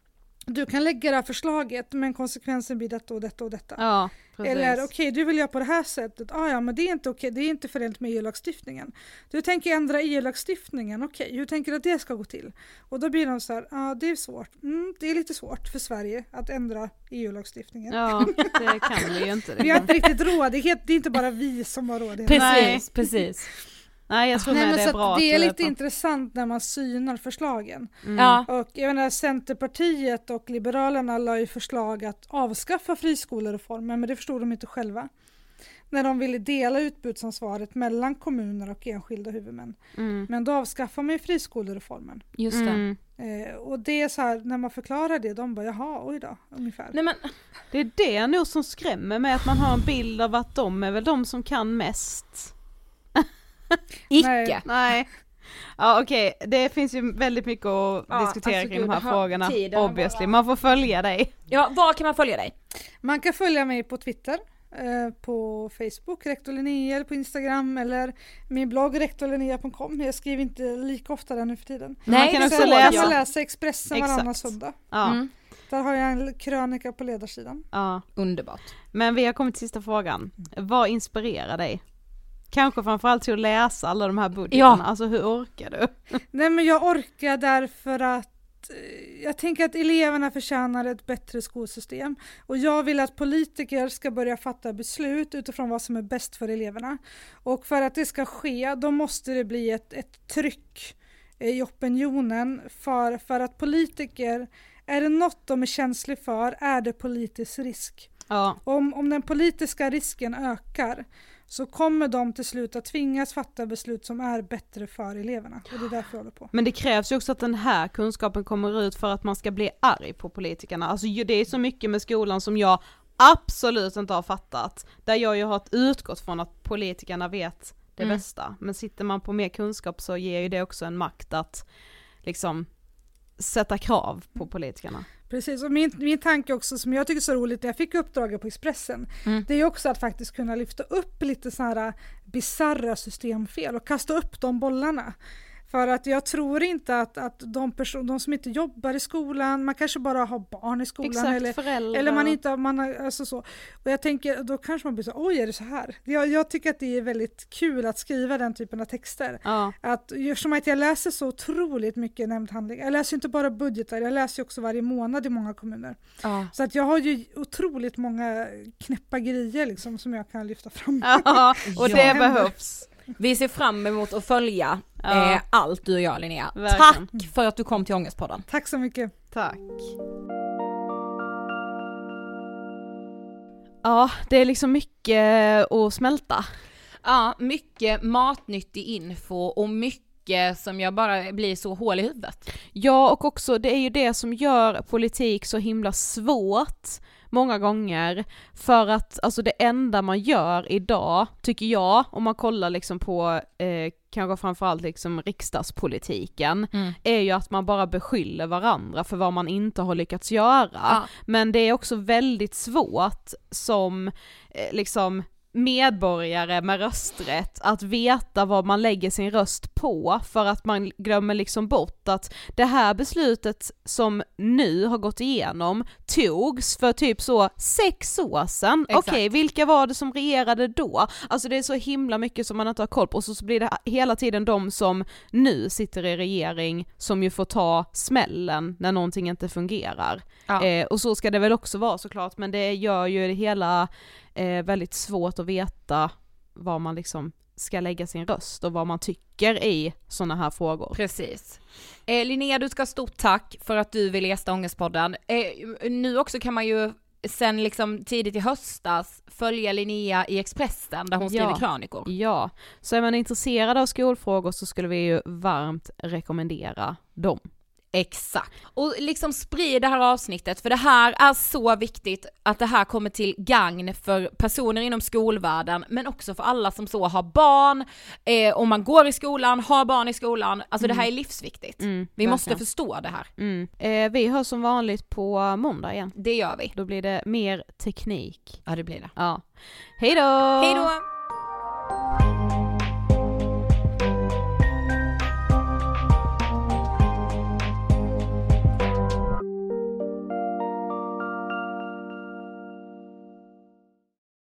Du kan lägga det här förslaget, men konsekvensen blir detta och detta och detta. Ja, precis. Eller okej, okay, du vill göra på det här sättet. Ah, ja, men det är inte okej, okay. Det är inte förenligt med E U-lagstiftningen. Du tänker ändra E U-lagstiftningen, okej, okay. Hur tänker du att det ska gå till? Och då blir de så här, ja ah, det är svårt. Mm, det är lite svårt för Sverige att ändra E U-lagstiftningen. Ja, det kan vi ju inte. Vi har inte riktigt råd, det är, helt, det är inte bara vi som har råd. Precis, Nej. precis. Nej, jag tror Nej, med men det så är bra att det är att lite veta. intressant när man synar förslagen. Mm. Ja. Och jag menar, Centerpartiet och Liberalerna la ju förslag att avskaffa friskolereformen, men det förstod de inte själva. När de ville dela utbudsansvaret mellan kommuner och enskilda huvudmän. Mm. Men då avskaffar man ju friskolereformen. Just det. Mm. Eh, och det är så här, när man förklarar det, de bara, jaha, oj då, ungefär. Nej men, Det är det nog som skrämmer med att man har en bild av att de är väl de som kan mest. icke. Nej. Nej. Ja okej, det finns ju väldigt mycket att Ja, diskutera alltså, kring gud, de här har frågorna. tiden Obviously, bara- man får följa dig. Ja, var kan man följa dig? Man kan följa mig på Twitter, eh, på Facebook, Rektor Linnea, eller på Instagram, eller min blogg rektor linnea punkt com. Jag skriver inte lika ofta där nu för tiden. Man Nej, kan det också Sen läsa. kan man läsa Expressen varannan Exakt. söndag. Ja, Mm. Där har jag en krönika på ledarsidan. ja. Underbart. Men vi har kommit till sista frågan. Vad inspirerar dig? Kanske framförallt till att läsa alla de här budgetarna. Ja. Alltså hur orkar du? Nej, men jag orkar därför att eh, jag tänker att eleverna förtjänar ett bättre skolsystem. Och jag vill att politiker ska börja fatta beslut utifrån vad som är bäst för eleverna. Och för att det ska ske, då måste det bli ett, ett tryck i opinionen för, för att politiker, är det något de är känsliga för, är det politisk risk. Ja, Om, om den politiska risken ökar, så kommer de till slut att tvingas fatta beslut som är bättre för eleverna. Och det är därför jag håller på. men det krävs ju också att den här kunskapen kommer ut för att man ska bli arg på politikerna. Alltså ju- det är så mycket med skolan som jag absolut inte har fattat. Där jag ju har utgått från att politikerna vet det Mm. bästa. Men sitter man på mer kunskap så ger ju det också en makt att liksom sätta krav på politikerna. Precis, och min, min tanke också som jag tycker är så roligt när jag fick uppdraget på Expressen, Mm. det är också att faktiskt kunna lyfta upp lite så här bizarra systemfel och kasta upp de bollarna. För att jag tror inte att, att de, person, de som inte jobbar i skolan, man kanske bara har barn i skolan, Exakt, eller, föräldrar. eller man inte har, man har, alltså så. Och jag tänker, då kanske man blir så, oj är det så här? Jag, jag tycker att det är väldigt kul att skriva den typen av texter. Ja, Att, eftersom att jag läser så otroligt mycket nämndhandlingar, jag läser inte bara budgetar, jag läser också varje månad i många kommuner. Ja. Så att jag har ju otroligt många knäppa grejer liksom, som jag kan lyfta fram. ja och Ja. det behövs. Vi ser fram emot att följa Ja. eh, allt du gör, Linnea. Verkligen. Tack för att du kom till Ångestpodden. Tack så mycket. Tack. Ja, det är liksom mycket att smälta. Ja, mycket matnyttig info och mycket som jag bara blir så hål i huvudet. Ja, och också det är ju det som gör politik så himla svårt. många gånger, för att alltså det enda man gör idag, tycker jag, om man kollar liksom på eh, kanske framförallt liksom riksdagspolitiken, mm. är ju att man bara beskyller varandra för vad man inte har lyckats göra. Ja. Men det är också väldigt svårt som eh, liksom medborgare med rösträtt att veta vad man lägger sin röst på, för att man glömmer liksom bort att det här beslutet som nu har gått igenom togs för typ så sex år sedan. Okej, okay, vilka var det som regerade då? Alltså det är så himla mycket som man inte har koll på, och så, så blir det hela tiden de som nu sitter i regering som ju får ta smällen när någonting inte fungerar. Ja. Eh, och så ska det väl också vara såklart, men det gör ju det hela eh, väldigt svårt att veta vad man liksom ska lägga sin röst och vad man tycker i såna här frågor. Precis. Eh, Linnea, du ska ha stort tack för att du vill gästa Ångestpodden. Eh, nu också kan man ju sen liksom tidigt i höstas följa Linnea i Expressen där hon skriver ja. krönikor. Ja, så är man intresserad av skolfrågor så skulle vi ju varmt rekommendera dem. Exakt. Och liksom sprid det här avsnittet, för det här är så viktigt att det här kommer till gagn för personer inom skolvärlden, men också för alla som så har barn, eh, om man går i skolan, har barn i skolan. Alltså mm. det här är livsviktigt. Mm, vi verkligen. måste förstå det här. Mm. Eh, vi hörs som vanligt på måndag igen. Det gör vi. Då blir det mer teknik. Ja, det blir det. Ja. Hej då! Hej då!